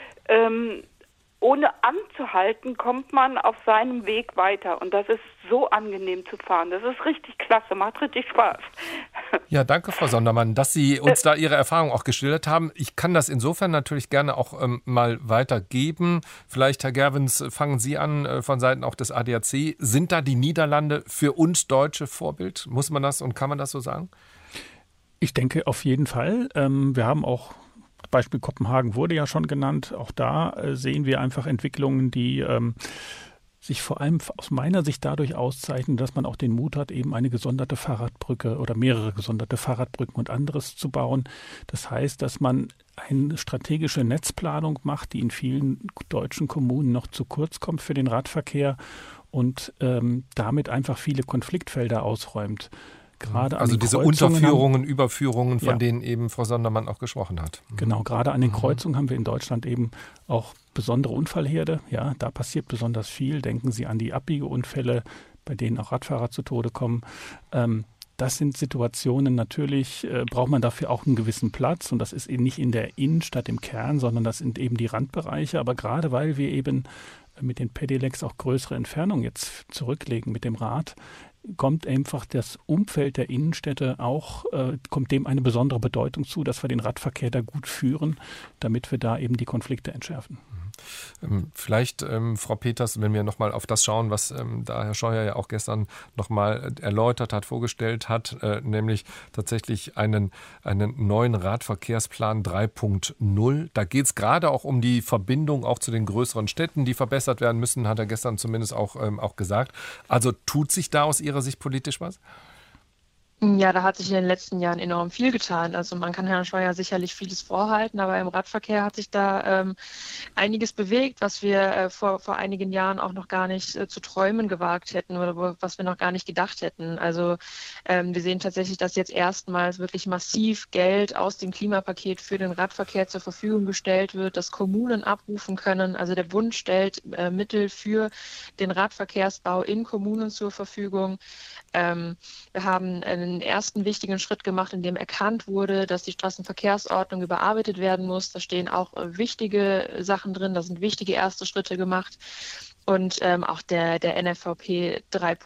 ohne anzuhalten, kommt man auf seinem Weg weiter. Und das ist so angenehm zu fahren. Das ist richtig klasse, macht richtig Spaß. Ja, danke, Frau Sondermann, dass Sie uns da Ihre Erfahrung auch geschildert haben. Ich kann das insofern natürlich gerne auch mal weitergeben. Vielleicht, Herr Gerwens, fangen Sie an von Seiten auch des ADAC. Sind da die Niederlande für uns Deutsche Vorbild? Muss man das und kann man das so sagen? Ich denke auf jeden Fall. Wir haben auch Beispiel Kopenhagen wurde ja schon genannt. Auch da sehen wir einfach Entwicklungen, die sich vor allem aus meiner Sicht dadurch auszeichnen, dass man auch den Mut hat, eben eine gesonderte Fahrradbrücke oder mehrere gesonderte Fahrradbrücken und anderes zu bauen. Das heißt, dass man eine strategische Netzplanung macht, die in vielen deutschen Kommunen noch zu kurz kommt für den Radverkehr und damit einfach viele Konfliktfelder ausräumt. Gerade also diese Unterführungen, Überführungen, von denen eben Frau Sondermann auch gesprochen hat. Genau, gerade an den Kreuzungen haben wir in Deutschland eben auch besondere Unfallherde. Ja, da passiert besonders viel. Denken Sie an die Abbiegeunfälle, bei denen auch Radfahrer zu Tode kommen. Das sind Situationen, natürlich braucht man dafür auch einen gewissen Platz. Und das ist eben nicht in der Innenstadt im Kern, sondern das sind eben die Randbereiche. Aber gerade weil wir eben mit den Pedelecs auch größere Entfernungen jetzt zurücklegen mit dem Rad, kommt einfach das Umfeld der Innenstädte auch, kommt dem eine besondere Bedeutung zu, dass wir den Radverkehr da gut führen, damit wir da eben die Konflikte entschärfen. Vielleicht, Frau Peters, wenn wir nochmal auf das schauen, was da Herr Scheuer ja auch gestern nochmal erläutert hat, vorgestellt hat, nämlich tatsächlich einen neuen Radverkehrsplan 3.0. Da geht es gerade auch um die Verbindung auch zu den größeren Städten, die verbessert werden müssen, hat er gestern zumindest auch gesagt. Also tut sich da aus Ihrer Sicht politisch was? Ja, da hat sich in den letzten Jahren enorm viel getan. Also man kann Herrn Scheuer sicherlich vieles vorhalten, aber im Radverkehr hat sich da einiges bewegt, was wir vor einigen Jahren auch noch gar nicht zu träumen gewagt hätten oder was wir noch gar nicht gedacht hätten. Also wir sehen tatsächlich, dass jetzt erstmals wirklich massiv Geld aus dem Klimapaket für den Radverkehr zur Verfügung gestellt wird, dass Kommunen abrufen können. Also der Bund stellt Mittel für den Radverkehrsbau in Kommunen zur Verfügung. Wir haben einen ersten wichtigen Schritt gemacht, in dem erkannt wurde, dass die Straßenverkehrsordnung überarbeitet werden muss. Da stehen auch wichtige Sachen drin, da sind wichtige erste Schritte gemacht. Und auch der NFVP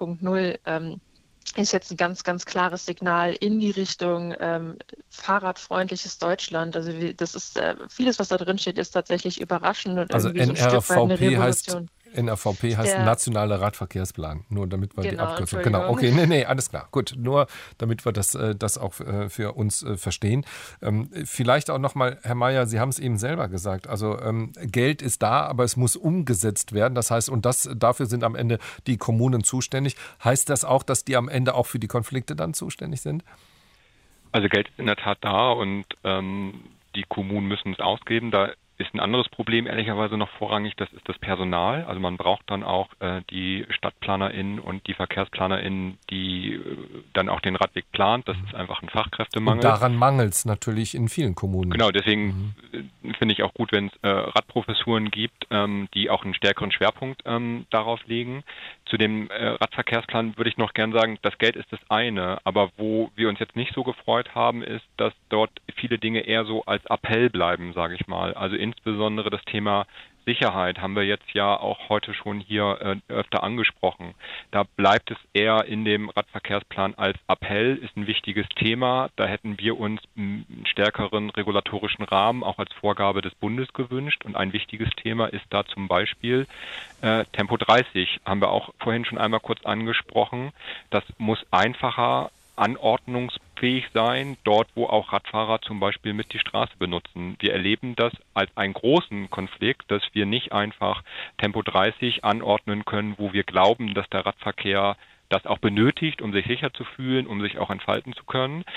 3.0 ist jetzt ein ganz, ganz klares Signal in die Richtung fahrradfreundliches Deutschland. Also das ist vieles, was da drin steht, ist tatsächlich überraschend und also irgendwie so ein Stück weit eine Revolution. NRVP heißt Nationaler Radverkehrsplan, nur damit wir die Abkürzung... Genau, okay, nee, alles klar. Gut, nur damit wir das auch für uns verstehen. Vielleicht auch nochmal, Herr Mayer, Sie haben es eben selber gesagt, also Geld ist da, aber es muss umgesetzt werden. Das heißt, und dafür sind am Ende die Kommunen zuständig. Heißt das auch, dass die am Ende auch für die Konflikte dann zuständig sind? Also Geld ist in der Tat da und die Kommunen müssen es ausgeben. Da ist ein anderes Problem ehrlicherweise noch vorrangig, das ist das Personal. Also man braucht dann auch die StadtplanerInnen und die VerkehrsplanerInnen, die dann auch den Radweg plant. Das ist einfach ein Fachkräftemangel. Und daran mangelt es natürlich in vielen Kommunen. Genau, deswegen finde ich auch gut, wenn es Radprofessuren gibt, die auch einen stärkeren Schwerpunkt darauf legen. Zu dem Radverkehrsplan würde ich noch gern sagen, das Geld ist das eine, aber wo wir uns jetzt nicht so gefreut haben, ist, dass dort viele Dinge eher so als Appell bleiben, sage ich mal. Also insbesondere das Thema Sicherheit haben wir jetzt ja auch heute schon hier öfter angesprochen. Da bleibt es eher in dem Radverkehrsplan als Appell, ist ein wichtiges Thema. Da hätten wir uns einen stärkeren regulatorischen Rahmen auch als Vorgabe des Bundes gewünscht. Und ein wichtiges Thema ist da zum Beispiel Tempo 30, haben wir auch vorhin schon einmal kurz angesprochen. Das muss einfacher anordnungsfähig sein, dort wo auch Radfahrer zum Beispiel mit die Straße benutzen. Wir erleben das als einen großen Konflikt, dass wir nicht einfach Tempo 30 anordnen können, wo wir glauben, dass der Radverkehr das auch benötigt, um sich sicher zu fühlen, um sich auch entfalten zu können.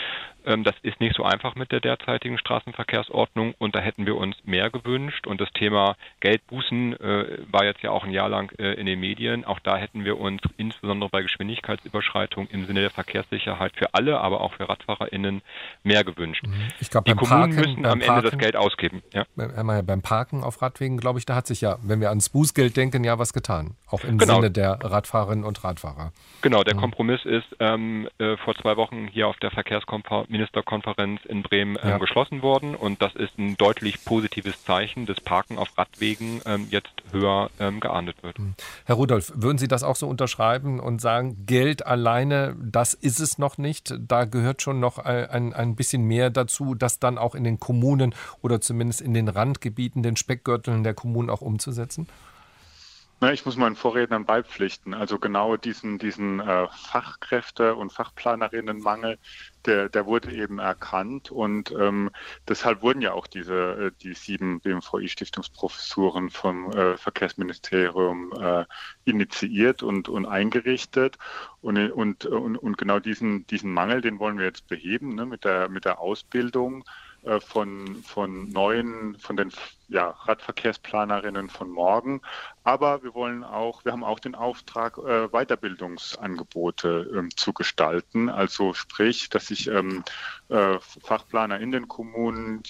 Das ist nicht so einfach mit der derzeitigen Straßenverkehrsordnung und da hätten wir uns mehr gewünscht. Und das Thema Geldbußen war jetzt ja auch ein Jahr lang in den Medien. Auch da hätten wir uns insbesondere bei Geschwindigkeitsüberschreitung im Sinne der Verkehrssicherheit für alle, aber auch für RadfahrerInnen mehr gewünscht. Ich glaube, die Kommunen müssen am Ende das Geld ausgeben. Ja. Herr Mayer, beim Parken auf Radwegen, glaube ich, da hat sich ja, wenn wir ans Bußgeld denken, ja was getan. Auch im Sinne der Radfahrerinnen und Radfahrer. Genau, der Kompromiss ist vor 2 Wochen hier auf der Verkehrsministerkonferenz in Bremen geschlossen worden und das ist ein deutlich positives Zeichen, dass Parken auf Radwegen jetzt höher geahndet wird. Herr Rudolph, würden Sie das auch so unterschreiben und sagen, Geld alleine, das ist es noch nicht? Da gehört schon noch ein bisschen mehr dazu, das dann auch in den Kommunen oder zumindest in den Randgebieten, den Speckgürteln der Kommunen auch umzusetzen? Na, ich muss meinen Vorrednern beipflichten. Also genau diesen Fachkräfte- und Fachplanerinnenmangel, der wurde eben erkannt und deshalb wurden ja auch die 7 BMVI-Stiftungsprofessuren vom Verkehrsministerium initiiert und eingerichtet und genau diesen Mangel, den wollen wir jetzt beheben, ne, mit der Ausbildung von den Radverkehrsplanerinnen von morgen. Aber wir haben auch den Auftrag, Weiterbildungsangebote zu gestalten. Also sprich, dass sich Fachplaner in den Kommunen,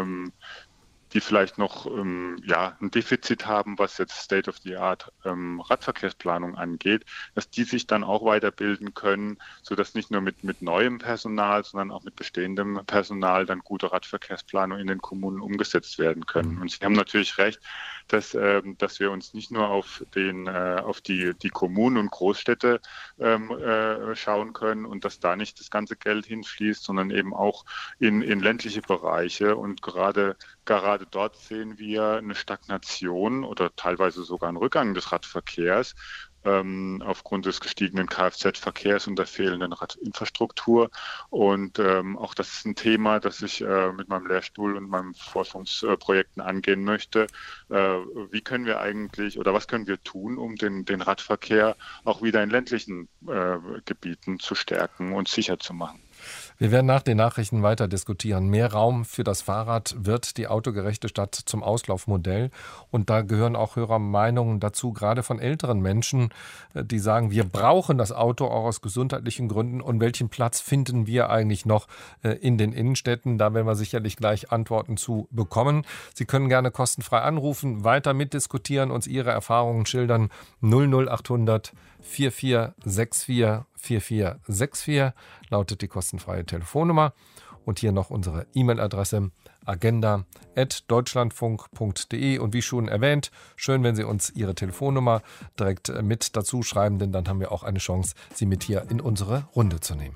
die vielleicht noch ein Defizit haben, was jetzt State-of-the-Art Radverkehrsplanung angeht, dass die sich dann auch weiterbilden können, sodass nicht nur mit neuem Personal, sondern auch mit bestehendem Personal dann gute Radverkehrsplanung in den Kommunen umgesetzt werden können. Und Sie haben natürlich recht, dass wir uns nicht nur auf die Kommunen und Großstädte schauen können und dass da nicht das ganze Geld hinfließt, sondern eben auch in ländliche Bereiche. Und gerade dort sehen wir eine Stagnation oder teilweise sogar einen Rückgang des Radverkehrs aufgrund des gestiegenen Kfz-Verkehrs und der fehlenden Radinfrastruktur. Und auch das ist ein Thema, das ich mit meinem Lehrstuhl und meinen Forschungsprojekten angehen möchte. Wie können wir eigentlich oder was können wir tun, um den Radverkehr auch wieder in ländlichen Gebieten zu stärken und sicher zu machen? Wir werden nach den Nachrichten weiter diskutieren. Mehr Raum für das Fahrrad wird die autogerechte Stadt zum Auslaufmodell. Und da gehören auch Hörermeinungen dazu, gerade von älteren Menschen, die sagen, wir brauchen das Auto auch aus gesundheitlichen Gründen. Und welchen Platz finden wir eigentlich noch in den Innenstädten? Da werden wir sicherlich gleich Antworten zu bekommen. Sie können gerne kostenfrei anrufen, weiter mitdiskutieren, uns Ihre Erfahrungen schildern. 00800 4464 4464 lautet die kostenfreie Telefonnummer. Und hier noch unsere E-Mail-Adresse agenda@deutschlandfunk.de. Und wie schon erwähnt, schön, wenn Sie uns Ihre Telefonnummer direkt mit dazu schreiben, denn dann haben wir auch eine Chance, Sie mit hier in unsere Runde zu nehmen.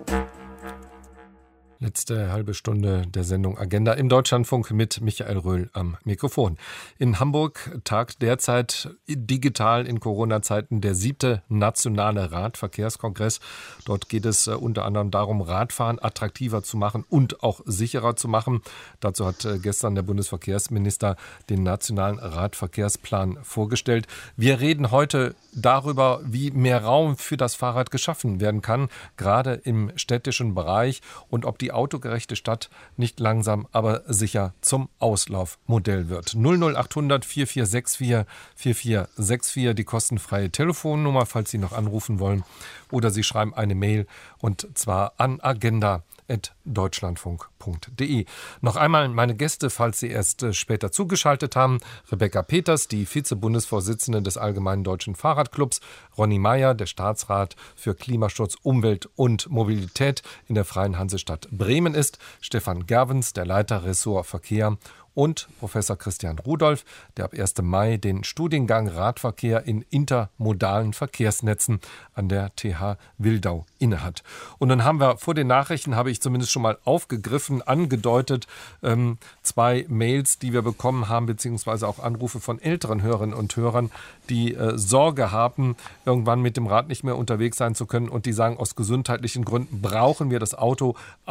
Letzte halbe Stunde der Sendung Agenda im Deutschlandfunk mit Michael Röhl am Mikrofon. In Hamburg tagt derzeit digital in Corona-Zeiten der 7. Nationale Radverkehrskongress. Dort geht es unter anderem darum, Radfahren attraktiver zu machen und auch sicherer zu machen. Dazu hat gestern der Bundesverkehrsminister den Nationalen Radverkehrsplan vorgestellt. Wir reden heute darüber, wie mehr Raum für das Fahrrad geschaffen werden kann, gerade im städtischen Bereich und ob die autogerechte Stadt nicht langsam, aber sicher zum Auslaufmodell wird. 00800 4464 4464, die kostenfreie Telefonnummer, falls Sie noch anrufen wollen. Oder Sie schreiben eine Mail und zwar an agenda@deutschlandfunk.de. Noch einmal meine Gäste, falls Sie erst später zugeschaltet haben. Rebecca Peters, die Vize-Bundesvorsitzende des Allgemeinen Deutschen Fahrradclubs. Ronny Mayer, der Staatsrat für Klimaschutz, Umwelt und Mobilität in der Freien Hansestadt Bremen ist. Stefan Gerwens, der Leiter Ressort Verkehr. Und Professor Christian Rudolph, der ab 1. Mai den Studiengang Radverkehr in intermodalen Verkehrsnetzen an der TH Wildau innehat. Und dann haben wir vor den Nachrichten, habe ich zumindest schon mal aufgegriffen, angedeutet, 2 Mails, die wir bekommen haben, beziehungsweise auch Anrufe von älteren Hörerinnen und Hörern, die Sorge haben, irgendwann mit dem Rad nicht mehr unterwegs sein zu können und die sagen, aus gesundheitlichen Gründen brauchen wir das Auto auch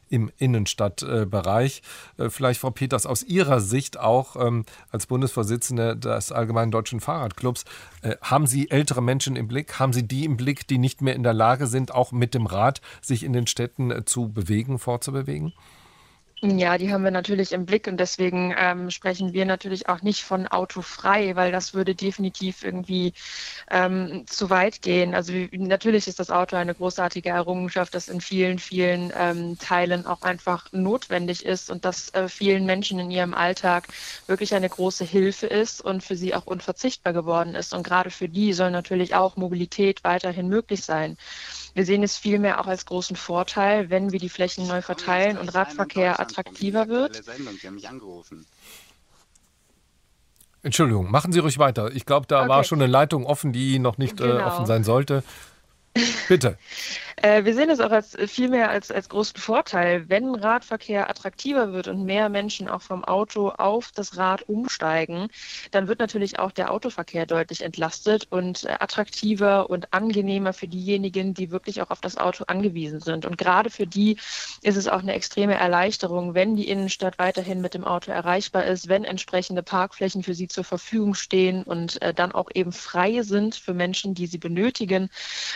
im Innenstadtbereich. Vielleicht, Frau Peters, aus Ihrer Sicht auch als Bundesvorsitzende des Allgemeinen Deutschen Fahrradclubs, haben Sie ältere Menschen im Blick? Haben Sie die im Blick, die nicht mehr in der Lage sind, auch mit dem Rad sich in den Städten zu bewegen, fortzubewegen? Ja, die haben wir natürlich im Blick und deswegen sprechen wir natürlich auch nicht von autofrei, weil das würde definitiv irgendwie zu weit gehen. Also natürlich ist das Auto eine großartige Errungenschaft, das in vielen, vielen Teilen auch einfach notwendig ist und das vielen Menschen in ihrem Alltag wirklich eine große Hilfe ist und für sie auch unverzichtbar geworden ist. Und gerade für die soll natürlich auch Mobilität weiterhin möglich sein. Wir sehen es vielmehr auch als großen Vorteil, wenn wir die Flächen neu verteilen und Radverkehr attraktiver wird. Entschuldigung, machen Sie ruhig weiter. Ich glaube, da war schon eine Leitung offen, die noch nicht offen sein sollte. Bitte. Wir sehen es auch vielmehr als großen Vorteil, wenn Radverkehr attraktiver wird und mehr Menschen auch vom Auto auf das Rad umsteigen, dann wird natürlich auch der Autoverkehr deutlich entlastet und attraktiver und angenehmer für diejenigen, die wirklich auch auf das Auto angewiesen sind. Und gerade für die ist es auch eine extreme Erleichterung, wenn die Innenstadt weiterhin mit dem Auto erreichbar ist, wenn entsprechende Parkflächen für sie zur Verfügung stehen und dann auch eben frei sind für Menschen, die sie benötigen.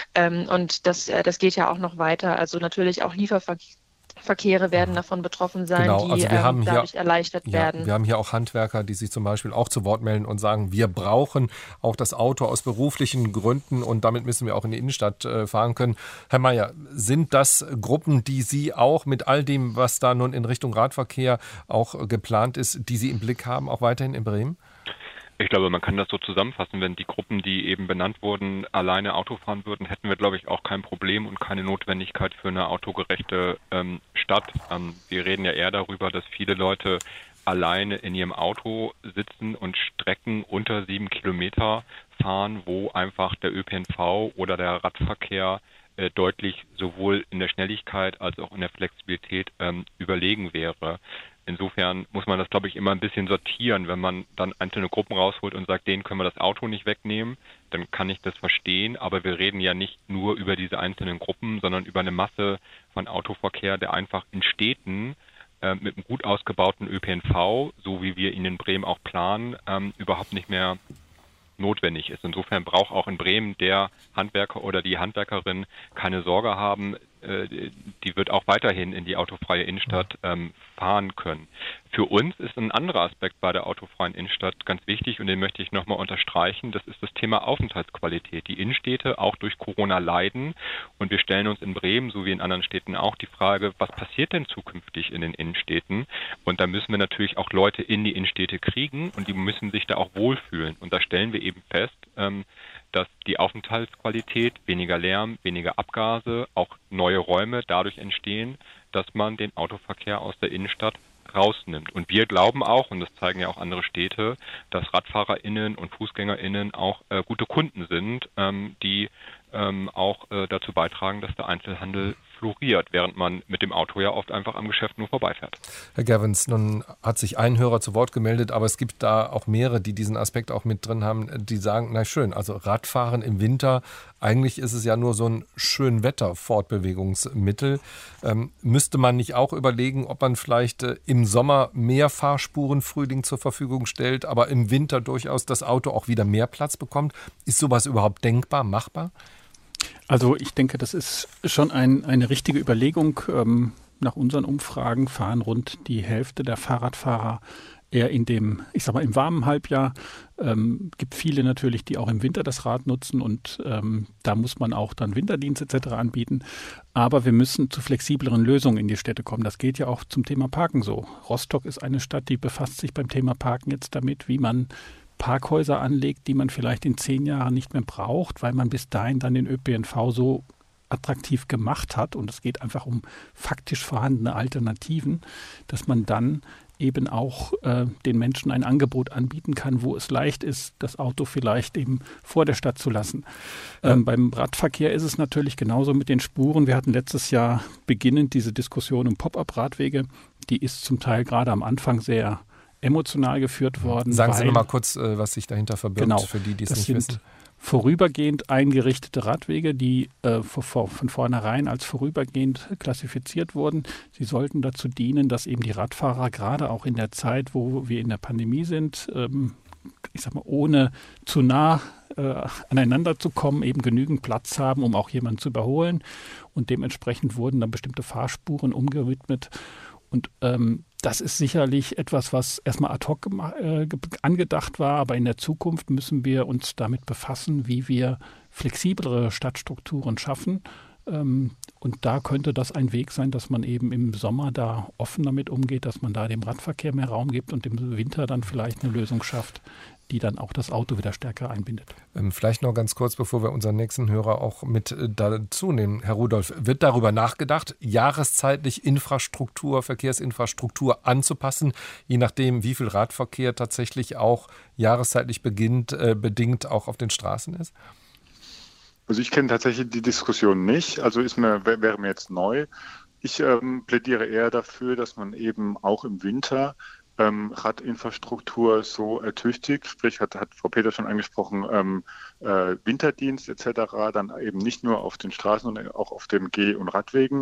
Und das geht ja auch noch weiter. Also natürlich auch Lieferverkehre werden davon betroffen sein, genau, die also dadurch erleichtert werden. Wir haben hier auch Handwerker, die sich zum Beispiel auch zu Wort melden und sagen, wir brauchen auch das Auto aus beruflichen Gründen und damit müssen wir auch in die Innenstadt fahren können. Herr Mayer, sind das Gruppen, die Sie auch mit all dem, was da nun in Richtung Radverkehr auch geplant ist, die Sie im Blick haben, auch weiterhin in Bremen? Ich glaube, man kann das so zusammenfassen, wenn die Gruppen, die eben benannt wurden, alleine Auto fahren würden, hätten wir, glaube ich, auch kein Problem und keine Notwendigkeit für eine autogerechte Stadt. Wir reden ja eher darüber, dass viele Leute alleine in ihrem Auto sitzen und Strecken unter 7 Kilometer fahren, wo einfach der ÖPNV oder der Radverkehr deutlich sowohl in der Schnelligkeit als auch in der Flexibilität überlegen wäre. Insofern muss man das, glaube ich, immer ein bisschen sortieren. Wenn man dann einzelne Gruppen rausholt und sagt, denen können wir das Auto nicht wegnehmen, dann kann ich das verstehen. Aber wir reden ja nicht nur über diese einzelnen Gruppen, sondern über eine Masse von Autoverkehr, der einfach in Städten mit einem gut ausgebauten ÖPNV, so wie wir ihn in Bremen auch planen, überhaupt nicht mehr notwendig ist. Insofern braucht auch in Bremen der Handwerker oder die Handwerkerin keine Sorge haben, die wird auch weiterhin in die autofreie Innenstadt fahren können. Für uns ist ein anderer Aspekt bei der autofreien Innenstadt ganz wichtig und den möchte ich nochmal unterstreichen. Das ist das Thema Aufenthaltsqualität. Die Innenstädte auch durch Corona leiden und wir stellen uns in Bremen, so wie in anderen Städten auch, die Frage, was passiert denn zukünftig in den Innenstädten? Und da müssen wir natürlich auch Leute in die Innenstädte kriegen und die müssen sich da auch wohlfühlen. Und da stellen wir eben fest, dass die Aufenthaltsqualität, weniger Lärm, weniger Abgase, auch neue Räume dadurch entstehen, dass man den Autoverkehr aus der Innenstadt rausnimmt. Und wir glauben auch, und das zeigen ja auch andere Städte, dass RadfahrerInnen und FußgängerInnen auch gute Kunden sind, die auch dazu beitragen, dass der Einzelhandel floriert, während man mit dem Auto ja oft einfach am Geschäft nur vorbeifährt. Herr Gervens, nun hat sich ein Hörer zu Wort gemeldet, aber es gibt da auch mehrere, die diesen Aspekt auch mit drin haben, die sagen, na schön, also Radfahren im Winter, eigentlich ist es ja nur so ein Schönwetter-Fortbewegungsmittel. Müsste man nicht auch überlegen, ob man vielleicht im Sommer mehr Fahrspuren Frühling zur Verfügung stellt, aber im Winter durchaus das Auto auch wieder mehr Platz bekommt? Ist sowas überhaupt denkbar, machbar? Also ich denke, das ist schon eine richtige Überlegung. Nach unseren Umfragen fahren rund die Hälfte der Fahrradfahrer eher in dem, ich sag mal, im warmen Halbjahr. Gibt viele natürlich, die auch im Winter das Rad nutzen und da muss man auch dann Winterdienst etc. anbieten. Aber wir müssen zu flexibleren Lösungen in die Städte kommen. Das geht ja auch zum Thema Parken so. Rostock ist eine Stadt, die befasst sich beim Thema Parken jetzt damit, wie man Parkhäuser anlegt, die man vielleicht in 10 Jahren nicht mehr braucht, weil man bis dahin dann den ÖPNV so attraktiv gemacht hat. Und es geht einfach um faktisch vorhandene Alternativen, dass man dann eben auch den Menschen ein Angebot anbieten kann, wo es leicht ist, das Auto vielleicht eben vor der Stadt zu lassen. Beim Radverkehr ist es natürlich genauso mit den Spuren. Wir hatten letztes Jahr beginnend diese Diskussion um Pop-up-Radwege. Die ist zum Teil gerade am Anfang sehr emotional geführt worden. Sagen Sie noch mal kurz, was sich dahinter verbirgt, genau, für die es nicht wissen. vorübergehend eingerichtete Radwege, die von vornherein als vorübergehend klassifiziert wurden. Sie sollten dazu dienen, dass eben die Radfahrer gerade auch in der Zeit, wo wir in der Pandemie sind, ich sag mal, ohne zu nah aneinander zu kommen, eben genügend Platz haben, um auch jemanden zu überholen. Und dementsprechend wurden dann bestimmte Fahrspuren umgewidmet. Und das ist sicherlich etwas, was erstmal ad hoc angedacht war, aber in der Zukunft müssen wir uns damit befassen, wie wir flexiblere Stadtstrukturen schaffen. Und da könnte das ein Weg sein, dass man eben im Sommer da offen damit umgeht, dass man da dem Radverkehr mehr Raum gibt und im Winter dann vielleicht eine Lösung schafft, die dann auch das Auto wieder stärker einbindet. Vielleicht noch ganz kurz, bevor wir unseren nächsten Hörer auch mit dazu nehmen. Herr Rudolph, wird darüber nachgedacht, jahreszeitlich Verkehrsinfrastruktur anzupassen, je nachdem, wie viel Radverkehr tatsächlich auch jahreszeitlich bedingt auch auf den Straßen ist? Also ich kenne tatsächlich die Diskussion nicht, also wäre mir jetzt neu. Ich plädiere eher dafür, dass man eben auch im Winter Radinfrastruktur so ertüchtigt, sprich hat Frau Peter schon angesprochen, Winterdienst etc., dann eben nicht nur auf den Straßen, sondern auch auf den Geh- und Radwegen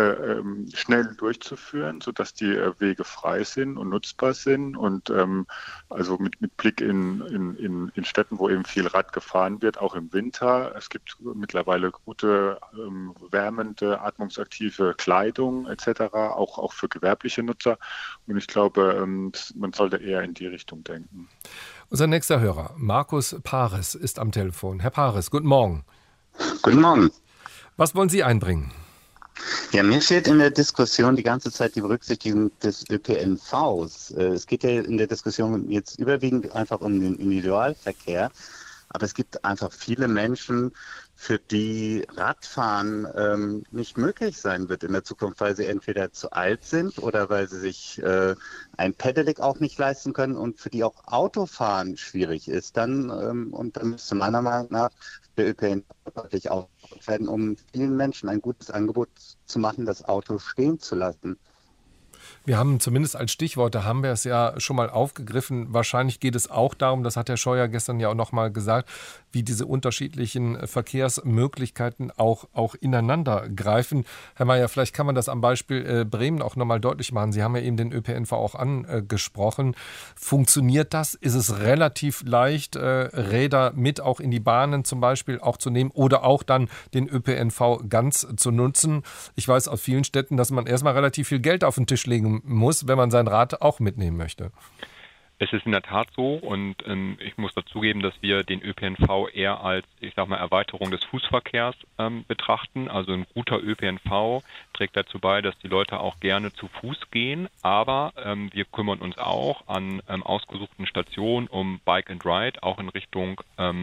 schnell durchzuführen, sodass die Wege frei sind und nutzbar sind und also mit Blick in Städten, wo eben viel Rad gefahren wird, auch im Winter. Es gibt mittlerweile gute, wärmende, atmungsaktive Kleidung etc., auch für gewerbliche Nutzer und ich glaube, man sollte eher in die Richtung denken. Unser nächster Hörer, Markus Pares, ist am Telefon. Herr Pares, guten Morgen. Guten Morgen. Was wollen Sie einbringen? Ja, mir fehlt in der Diskussion die ganze Zeit die Berücksichtigung des ÖPNVs. Es geht ja in der Diskussion jetzt überwiegend einfach um den Individualverkehr. Aber es gibt einfach viele Menschen, für die Radfahren nicht möglich sein wird in der Zukunft, weil sie entweder zu alt sind oder weil sie sich ein Pedelec auch nicht leisten können und für die auch Autofahren schwierig ist. Und dann müsste meiner Meinung nach der ÖPNV deutlich aufgebaut werden, um vielen Menschen ein gutes Angebot zu machen, das Auto stehen zu lassen. Wir haben zumindest als Stichworte, haben wir es ja schon mal aufgegriffen. Wahrscheinlich geht es auch darum, das hat Herr Scheuer gestern ja auch noch mal gesagt, wie diese unterschiedlichen Verkehrsmöglichkeiten auch ineinander greifen. Herr Mayer, vielleicht kann man das am Beispiel Bremen auch noch mal deutlich machen. Sie haben ja eben den ÖPNV auch angesprochen. Funktioniert das? Ist es relativ leicht, Räder mit auch in die Bahnen zum Beispiel auch zu nehmen oder auch dann den ÖPNV ganz zu nutzen? Ich weiß aus vielen Städten, dass man erstmal relativ viel Geld auf den Tisch legen muss, wenn man sein Rad auch mitnehmen möchte. Es ist in der Tat so und ich muss dazugeben, dass wir den ÖPNV eher als, ich sag mal, Erweiterung des Fußverkehrs betrachten. Also ein guter ÖPNV trägt dazu bei, dass die Leute auch gerne zu Fuß gehen, aber wir kümmern uns auch an ausgesuchten Stationen um Bike and Ride, auch in Richtung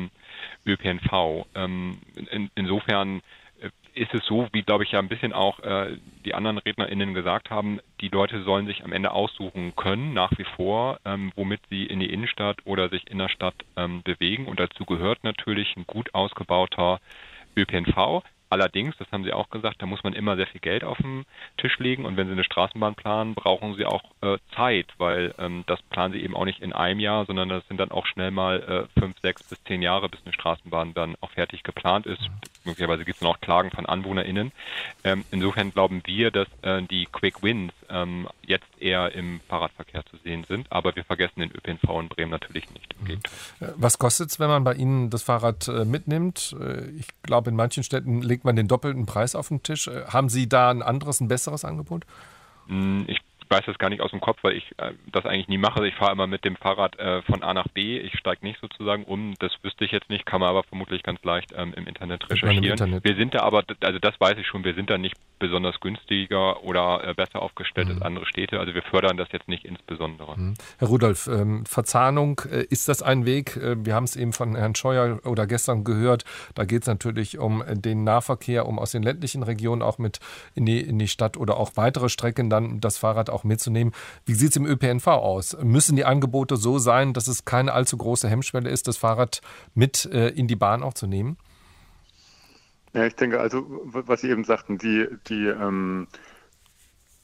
ÖPNV. Insofern ist es so, wie, glaube ich, ja ein bisschen auch die anderen RednerInnen gesagt haben, die Leute sollen sich am Ende aussuchen können, nach wie vor, womit sie in die Innenstadt oder sich in der Stadt bewegen. Und dazu gehört natürlich ein gut ausgebauter ÖPNV. Allerdings, das haben Sie auch gesagt, da muss man immer sehr viel Geld auf den Tisch legen. Und wenn Sie eine Straßenbahn planen, brauchen Sie auch Zeit, weil das planen Sie eben auch nicht in einem Jahr, sondern das sind dann auch schnell mal 5, 6 bis 10 Jahre, bis eine Straßenbahn dann auch fertig geplant ist. Möglicherweise gibt es dann auch Klagen von AnwohnerInnen. Insofern glauben wir, dass die Quick Wins jetzt eher im Fahrradverkehr zu sehen sind. Aber wir vergessen den ÖPNV in Bremen natürlich nicht. Im Gegenteil. Was kostet es, wenn man bei Ihnen das Fahrrad mitnimmt? Ich glaube, in manchen Städten legt man den doppelten Preis auf den Tisch. Haben Sie da ein besseres Angebot? Ich weiß das gar nicht aus dem Kopf, weil ich das eigentlich nie mache. Ich fahre immer mit dem Fahrrad von A nach B. Ich steige nicht sozusagen um. Das wüsste ich jetzt nicht, kann man aber vermutlich ganz leicht im Internet recherchieren. Wir sind da aber, also das weiß ich schon, wir sind da nicht besonders günstiger oder besser aufgestellt als andere Städte. Also wir fördern das jetzt nicht insbesondere. Herr Rudolph, Verzahnung, ist das ein Weg? Wir haben es eben von Herrn Scheuer oder gestern gehört. Da geht es natürlich um den Nahverkehr, um aus den ländlichen Regionen auch mit in die Stadt oder auch weitere Strecken dann das Fahrrad auch mitzunehmen. Wie sieht es im ÖPNV aus? Müssen die Angebote so sein, dass es keine allzu große Hemmschwelle ist, das Fahrrad mit in die Bahn auch zu nehmen? Ja, ich denke, also was Sie eben sagten,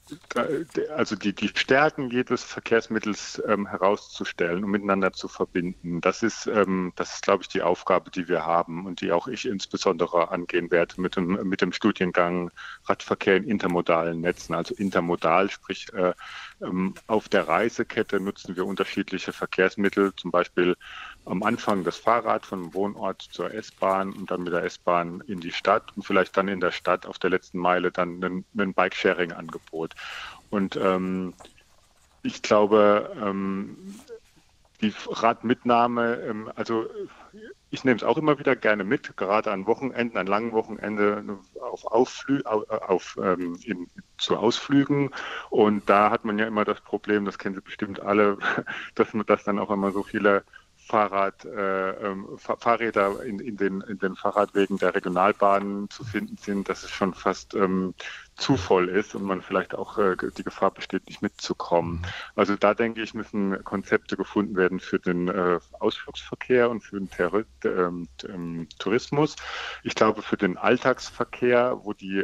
also die Stärken jedes Verkehrsmittels herauszustellen und miteinander zu verbinden. Das ist, glaube ich, die Aufgabe, die wir haben und die auch ich insbesondere angehen werde mit dem Studiengang Radverkehr in intermodalen Netzen. Also intermodal, sprich auf der Reisekette nutzen wir unterschiedliche Verkehrsmittel, zum Beispiel am Anfang das Fahrrad vom Wohnort zur S-Bahn und dann mit der S-Bahn in die Stadt und vielleicht dann in der Stadt auf der letzten Meile dann ein Bike-Sharing-Angebot. Und ich glaube, die Radmitnahme, also ich nehme es auch immer wieder gerne mit, gerade an Wochenenden, an langen Wochenenden zu Ausflügen. Und da hat man ja immer das Problem, das kennen Sie bestimmt alle, dass dann auch immer so viele Fahrräder in den Fahrradwegen der Regionalbahnen zu finden sind, dass es schon fast zu voll ist und man vielleicht auch die Gefahr besteht, nicht mitzukommen. Also da denke ich, müssen Konzepte gefunden werden für den Ausflugsverkehr und für den Tourismus. Ich glaube, für den Alltagsverkehr, wo die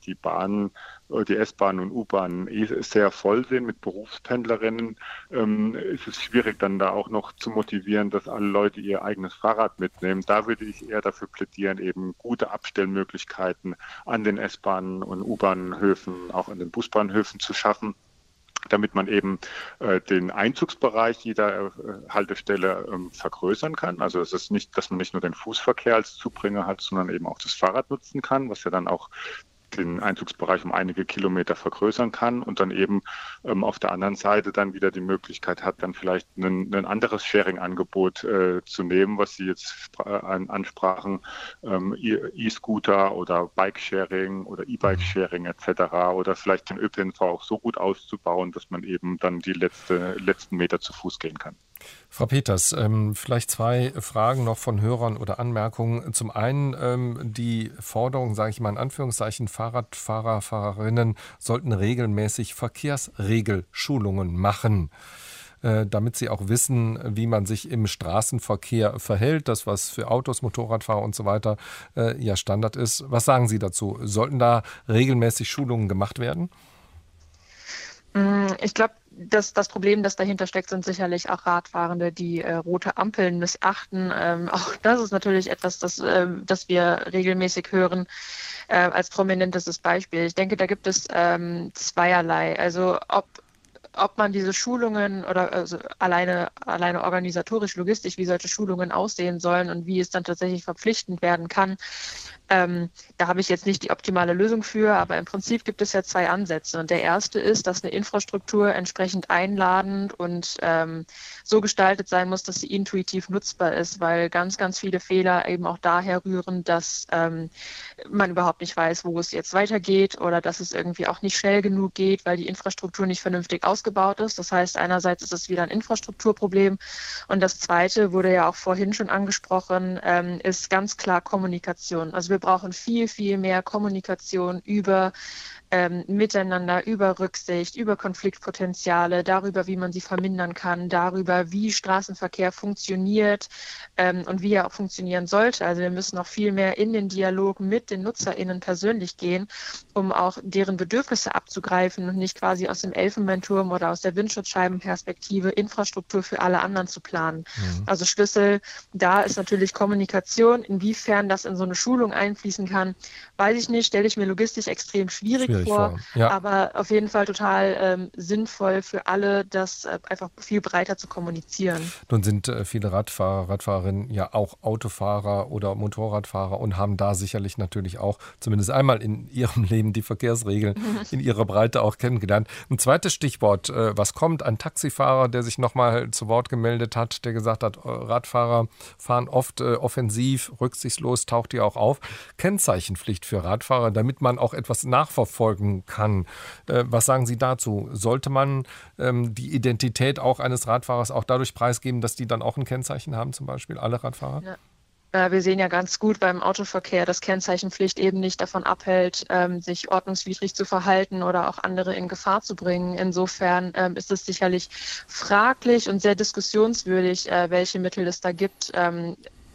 S-Bahn und U-Bahn sehr voll sind mit Berufspendlerinnen, ist es schwierig, dann da auch noch zu motivieren, dass alle Leute ihr eigenes Fahrrad mitnehmen. Da würde ich eher dafür plädieren, eben gute Abstellmöglichkeiten an den S-Bahnen und U-Bahnhöfen, auch an den Busbahnhöfen zu schaffen, damit man eben den Einzugsbereich jeder Haltestelle vergrößern kann. Also es ist nicht, dass man nicht nur den Fußverkehr als Zubringer hat, sondern eben auch das Fahrrad nutzen kann, was ja dann auch den Einzugsbereich um einige Kilometer vergrößern kann und dann eben auf der anderen Seite dann wieder die Möglichkeit hat, dann vielleicht ein anderes Sharing-Angebot zu nehmen, was Sie jetzt ansprachen, E-Scooter oder Bike-Sharing oder E-Bike-Sharing etc. oder vielleicht den ÖPNV auch so gut auszubauen, dass man eben dann die letzten Meter zu Fuß gehen kann. Frau Peters, vielleicht 2 Fragen noch von Hörern oder Anmerkungen. Zum einen die Forderung, sage ich mal in Anführungszeichen, Fahrradfahrer, Fahrerinnen sollten regelmäßig Verkehrsregelschulungen machen, damit sie auch wissen, wie man sich im Straßenverkehr verhält. Das, was für Autos, Motorradfahrer und so weiter ja Standard ist. Was sagen Sie dazu? Sollten da regelmäßig Schulungen gemacht werden? Ich glaube, das Problem, das dahinter steckt, sind sicherlich auch Radfahrende, die rote Ampeln missachten. Auch das ist natürlich etwas, das wir regelmäßig hören als prominentestes Beispiel. Ich denke, da gibt es zweierlei. Also ob man diese Schulungen oder also alleine organisatorisch, logistisch, wie solche Schulungen aussehen sollen und wie es dann tatsächlich verpflichtend werden kann, da habe ich jetzt nicht die optimale Lösung für, aber im Prinzip gibt es ja 2 Ansätze. Und der erste ist, dass eine Infrastruktur entsprechend einladend und so gestaltet sein muss, dass sie intuitiv nutzbar ist, weil ganz, ganz viele Fehler eben auch daher rühren, dass man überhaupt nicht weiß, wo es jetzt weitergeht oder dass es irgendwie auch nicht schnell genug geht, weil die Infrastruktur nicht vernünftig ausgebaut ist. Das heißt, einerseits ist es wieder ein Infrastrukturproblem und das zweite, wurde ja auch vorhin schon angesprochen, ist ganz klar Kommunikation. Also wir brauchen viel, viel mehr Kommunikation über Miteinander, über Rücksicht, über Konfliktpotenziale, darüber, wie man sie vermindern kann, darüber, wie Straßenverkehr funktioniert und wie er auch funktionieren sollte. Also wir müssen noch viel mehr in den Dialog mit den NutzerInnen persönlich gehen, um auch deren Bedürfnisse abzugreifen und nicht quasi aus dem Elfenbeinturm oder aus der Windschutzscheibenperspektive Infrastruktur für alle anderen zu planen. Also Schlüssel da ist natürlich Kommunikation. Inwiefern das in so eine Schulung einfließen kann, weiß ich nicht, stelle ich mir logistisch extrem schwierig vor. Ja. Aber auf jeden Fall total sinnvoll für alle, das einfach viel breiter zu kommunizieren. Nun sind viele Radfahrer, Radfahrerinnen ja auch Autofahrer oder Motorradfahrer und haben da sicherlich natürlich auch zumindest einmal in ihrem Leben die Verkehrsregeln in ihrer Breite auch kennengelernt. Ein zweites Stichwort, was kommt? Ein Taxifahrer, der sich nochmal zu Wort gemeldet hat, der gesagt hat, Radfahrer fahren oft offensiv, rücksichtslos, taucht hier auch auf. Kennzeichenpflicht für Radfahrer, damit man auch etwas nachverfolgen kann. Was sagen Sie dazu? Sollte man die Identität auch eines Radfahrers auch dadurch preisgeben, dass die dann auch ein Kennzeichen haben, zum Beispiel alle Radfahrer? Ja. Wir sehen ja ganz gut beim Autoverkehr, dass Kennzeichenpflicht eben nicht davon abhält, sich ordnungswidrig zu verhalten oder auch andere in Gefahr zu bringen. Insofern ist es sicherlich fraglich und sehr diskussionswürdig, welche Mittel es da gibt.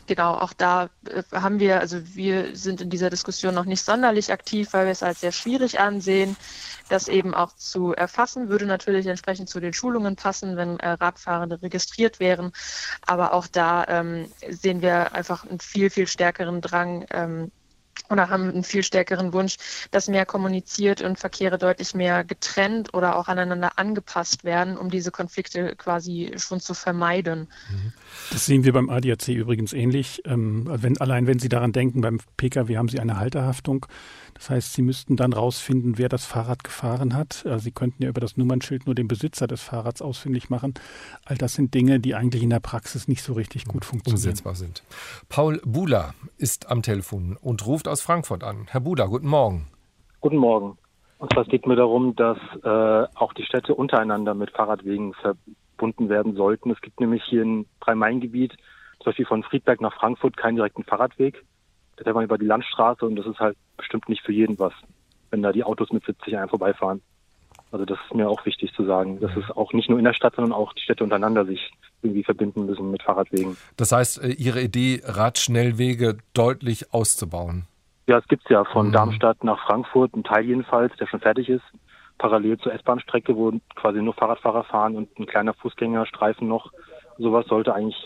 Genau, auch da wir sind in dieser Diskussion noch nicht sonderlich aktiv, weil wir es als sehr schwierig ansehen, das eben auch zu erfassen. Würde natürlich entsprechend zu den Schulungen passen, wenn Radfahrende registriert wären. Aber auch da sehen wir einfach einen viel, viel stärkeren Drang oder haben einen viel stärkeren Wunsch, dass mehr kommuniziert und Verkehre deutlich mehr getrennt oder auch aneinander angepasst werden, um diese Konflikte quasi schon zu vermeiden. Das sehen wir beim ADAC übrigens ähnlich. Wenn Sie daran denken, beim Pkw haben Sie eine Halterhaftung. Das heißt, Sie müssten dann rausfinden, wer das Fahrrad gefahren hat. Sie könnten ja über das Nummernschild nur den Besitzer des Fahrrads ausfindig machen. All das sind Dinge, die eigentlich in der Praxis nicht so richtig gut funktionieren. Umsetzbar sind. Paul Buhler ist am Telefon und ruft aus Frankfurt an. Herr Buhler, guten Morgen. Guten Morgen. Und zwar geht mir darum, dass auch die Städte untereinander mit Fahrradwegen verbunden werden sollten. Es gibt nämlich hier im Rhein-Main-Gebiet, zum Beispiel von Friedberg nach Frankfurt, keinen direkten Fahrradweg. Da fährt man über die Landstraße und das ist halt bestimmt nicht für jeden was, wenn da die Autos mit 70 einem vorbeifahren. Also das ist mir auch wichtig zu sagen, dass es auch nicht nur in der Stadt, sondern auch die Städte untereinander sich irgendwie verbinden müssen mit Fahrradwegen. Das heißt, Ihre Idee, Radschnellwege deutlich auszubauen? Ja, es gibt's ja von Darmstadt nach Frankfurt, ein Teil jedenfalls, der schon fertig ist, parallel zur S-Bahn-Strecke, wo quasi nur Fahrradfahrer fahren und ein kleiner Fußgängerstreifen noch. Sowas sollte eigentlich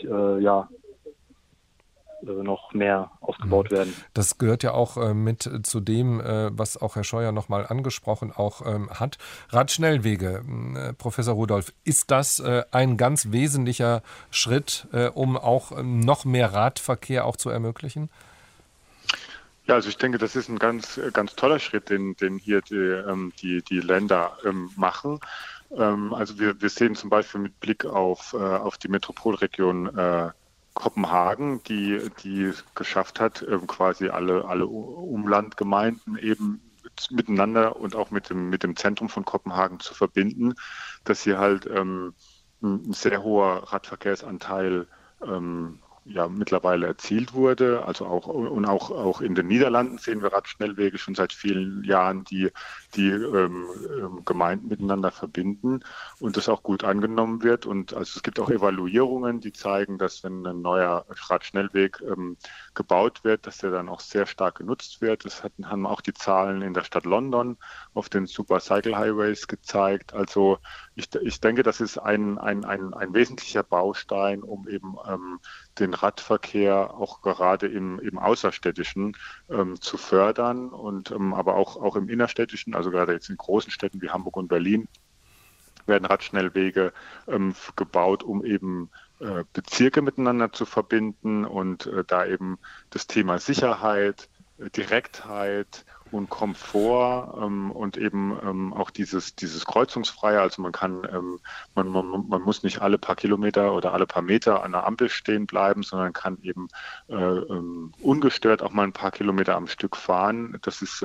noch mehr ausgebaut werden. Das gehört ja auch mit zu dem, was auch Herr Scheuer nochmal angesprochen auch hat. Radschnellwege, Professor Rudolph, ist das ein ganz wesentlicher Schritt, um auch noch mehr Radverkehr auch zu ermöglichen? Ja, also ich denke, das ist ein ganz, ganz toller Schritt, den hier die Länder machen. Also wir sehen zum Beispiel mit Blick auf die Metropolregion Kopenhagen, die geschafft hat, quasi alle Umlandgemeinden eben miteinander und auch mit dem Zentrum von Kopenhagen zu verbinden, dass hier halt ein sehr hoher Radverkehrsanteil mittlerweile erzielt wurde. Also auch in den Niederlanden sehen wir Radschnellwege schon seit vielen Jahren, die Gemeinden miteinander verbinden und das auch gut angenommen wird. Und also es gibt auch Evaluierungen, die zeigen, dass wenn ein neuer Radschnellweg gebaut wird, dass der dann auch sehr stark genutzt wird. Das haben auch die Zahlen in der Stadt London auf den Super Cycle Highways gezeigt. Also ich denke, das ist ein wesentlicher Baustein, um eben den Radverkehr auch gerade im Außerstädtischen zu fördern und aber auch im Innerstädtischen, also gerade jetzt in großen Städten wie Hamburg und Berlin, werden Radschnellwege gebaut, um eben Bezirke miteinander zu verbinden und da eben das Thema Sicherheit, Direktheit und Komfort und eben auch dieses Kreuzungsfreie, also man muss nicht alle paar Kilometer oder alle paar Meter an der Ampel stehen bleiben, sondern kann eben ungestört auch mal ein paar Kilometer am Stück fahren. Das ist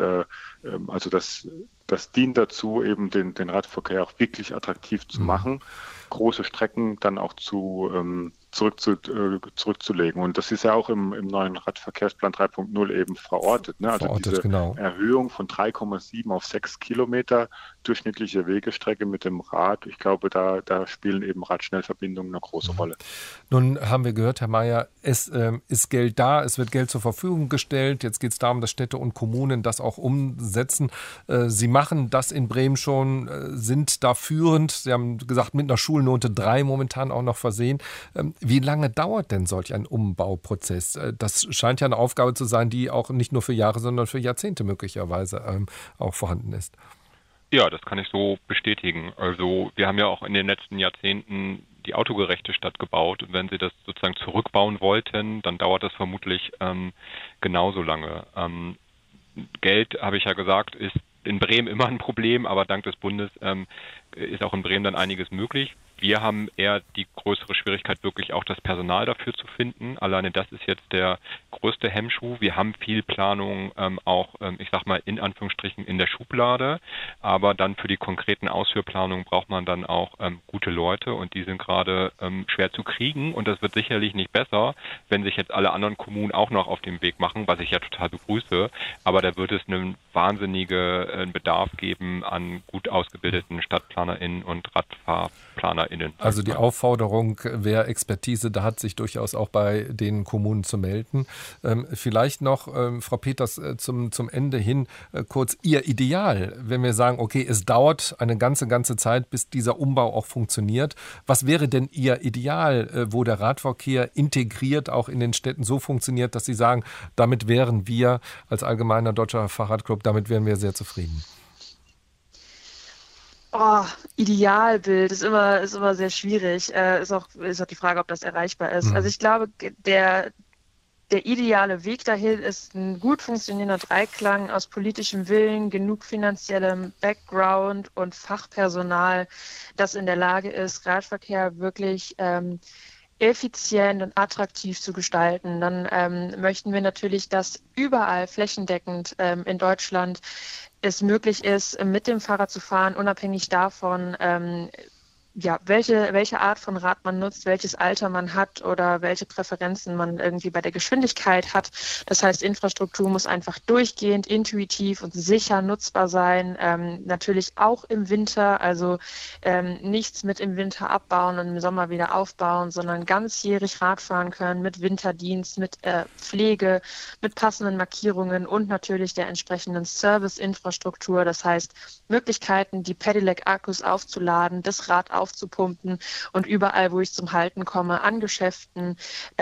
das dient dazu, eben den Radverkehr auch wirklich attraktiv zu machen, große Strecken dann auch zurückzulegen. Und das ist ja auch im neuen Radverkehrsplan 3.0 eben verortet. Ne? Also diese Erhöhung von 3,7 auf 6 Kilometer durchschnittliche Wegestrecke mit dem Rad. Ich glaube, da spielen eben Radschnellverbindungen eine große Rolle. Nun haben wir gehört, Herr Mayer, es ist Geld da, es wird Geld zur Verfügung gestellt. Jetzt geht es darum, dass Städte und Kommunen das auch umsetzen. Sie machen das in Bremen schon, sind da führend. Sie haben gesagt, mit einer Schulnote 3 momentan auch noch versehen. Wie lange dauert denn solch ein Umbauprozess? Das scheint ja eine Aufgabe zu sein, die auch nicht nur für Jahre, sondern für Jahrzehnte möglicherweise auch vorhanden ist. Ja, das kann ich so bestätigen. Also wir haben ja auch in den letzten Jahrzehnten die autogerechte Stadt gebaut. Und wenn Sie das sozusagen zurückbauen wollten, dann dauert das vermutlich genauso lange. Geld, habe ich ja gesagt, ist in Bremen immer ein Problem, aber dank des Bundes ist auch in Bremen dann einiges möglich. Wir haben eher die größere Schwierigkeit, wirklich auch das Personal dafür zu finden. Alleine das ist jetzt der größte Hemmschuh. Wir haben viel Planung auch, ich sag mal, in Anführungsstrichen in der Schublade. Aber dann für die konkreten Ausführplanungen braucht man dann auch gute Leute und die sind gerade schwer zu kriegen. Und das wird sicherlich nicht besser, wenn sich jetzt alle anderen Kommunen auch noch auf den Weg machen, was ich ja total begrüße. Aber da wird es einen wahnsinnigen Bedarf geben an gut ausgebildeten StadtplanerInnen und Radfahrplaner. StadtplanerInnen. Also die Aufforderung, wer Expertise da hat, sich durchaus auch bei den Kommunen zu melden. Vielleicht noch, Frau Peters, zum Ende hin kurz Ihr Ideal, wenn wir sagen, okay, es dauert eine ganze Zeit, bis dieser Umbau auch funktioniert. Was wäre denn Ihr Ideal, wo der Radverkehr integriert auch in den Städten so funktioniert, dass Sie sagen, damit wären wir als Allgemeiner Deutscher Fahrradclub, damit wären wir sehr zufrieden? Idealbild ist immer sehr schwierig. Ist auch die Frage, ob das erreichbar ist. Also ich glaube, der ideale Weg dahin ist ein gut funktionierender Dreiklang aus politischem Willen, genug finanziellem Background und Fachpersonal, das in der Lage ist, Radverkehr wirklich effizient und attraktiv zu gestalten. Dann möchten wir natürlich, dass überall flächendeckend in Deutschland es möglich ist, mit dem Fahrrad zu fahren, unabhängig davon, welche Art von Rad man nutzt, welches Alter man hat oder welche Präferenzen man irgendwie bei der Geschwindigkeit hat. Das heißt, Infrastruktur muss einfach durchgehend, intuitiv und sicher nutzbar sein. Natürlich auch im Winter, also nichts mit im Winter abbauen und im Sommer wieder aufbauen, sondern ganzjährig Rad fahren können mit Winterdienst, mit Pflege, mit passenden Markierungen und natürlich der entsprechenden Serviceinfrastruktur. Das heißt, Möglichkeiten, die Pedelec-Akkus aufzuladen, das Rad aufzupumpen und überall, wo ich zum Halten komme, an Geschäften,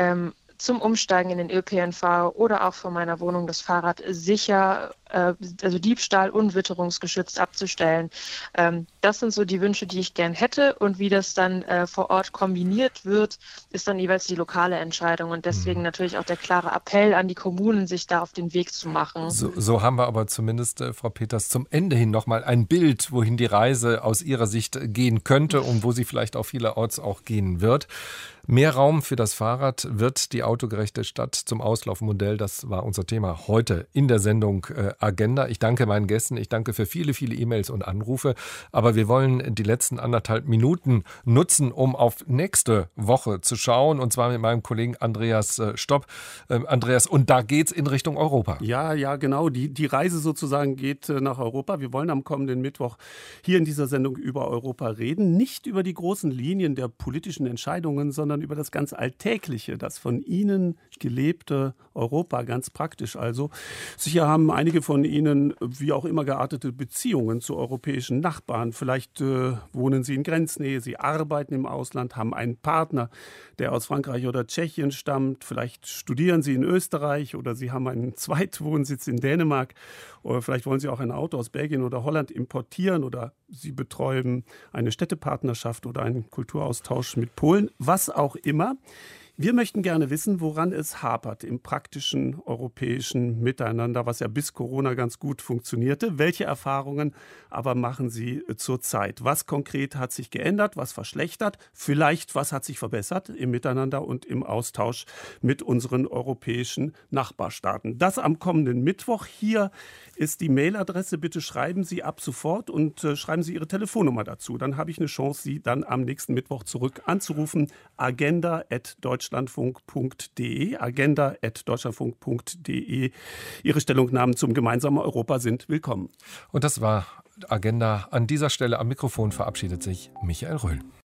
zum Umsteigen in den ÖPNV oder auch von meiner Wohnung das Fahrrad sicher, also Diebstahl und witterungsgeschützt abzustellen. Das sind so die Wünsche, die ich gern hätte, und wie das dann vor Ort kombiniert wird, ist dann jeweils die lokale Entscheidung, und deswegen natürlich auch der klare Appell an die Kommunen, sich da auf den Weg zu machen. So haben wir aber zumindest, Frau Peters, zum Ende hin nochmal ein Bild, wohin die Reise aus Ihrer Sicht gehen könnte und wo sie vielleicht auch vielerorts auch gehen wird. Mehr Raum für das Fahrrad wird die autogerechte Stadt zum Auslaufmodell. Das war unser Thema heute in der Sendung Agenda. Ich danke meinen Gästen. Ich danke für viele E-Mails und Anrufe. Aber wir wollen die letzten 1,5 Minuten nutzen, um auf nächste Woche zu schauen. Und zwar mit meinem Kollegen Andreas Stopp. Andreas, und da geht's in Richtung Europa. Ja, genau. Die Reise sozusagen geht nach Europa. Wir wollen am kommenden Mittwoch hier in dieser Sendung über Europa reden. Nicht über die großen Linien der politischen Entscheidungen, sondern über das ganz Alltägliche, das von Ihnen gelebte Europa, ganz praktisch also. Sicher haben einige von Ihnen wie auch immer geartete Beziehungen zu europäischen Nachbarn. Vielleicht wohnen Sie in Grenznähe, Sie arbeiten im Ausland, haben einen Partner, der aus Frankreich oder Tschechien stammt. Vielleicht studieren Sie in Österreich oder Sie haben einen Zweitwohnsitz in Dänemark. Oder vielleicht wollen Sie auch ein Auto aus Belgien oder Holland importieren oder Sie betreuen eine Städtepartnerschaft oder einen Kulturaustausch mit Polen, was auch immer. Wir möchten gerne wissen, woran es hapert im praktischen europäischen Miteinander, was ja bis Corona ganz gut funktionierte. Welche Erfahrungen aber machen Sie zurzeit? Was konkret hat sich geändert, was verschlechtert? Vielleicht, was hat sich verbessert im Miteinander und im Austausch mit unseren europäischen Nachbarstaaten? Das am kommenden Mittwoch. Hier ist die Mailadresse. Bitte schreiben Sie ab sofort und schreiben Sie Ihre Telefonnummer dazu. Dann habe ich eine Chance, Sie dann am nächsten Mittwoch zurück anzurufen. agenda@deutschlandfunk.de, agenda@deutschlandfunk.de. Ihre Stellungnahmen zum gemeinsamen Europa sind willkommen. Und das war Agenda. An dieser Stelle am Mikrofon verabschiedet sich Michael Röhl.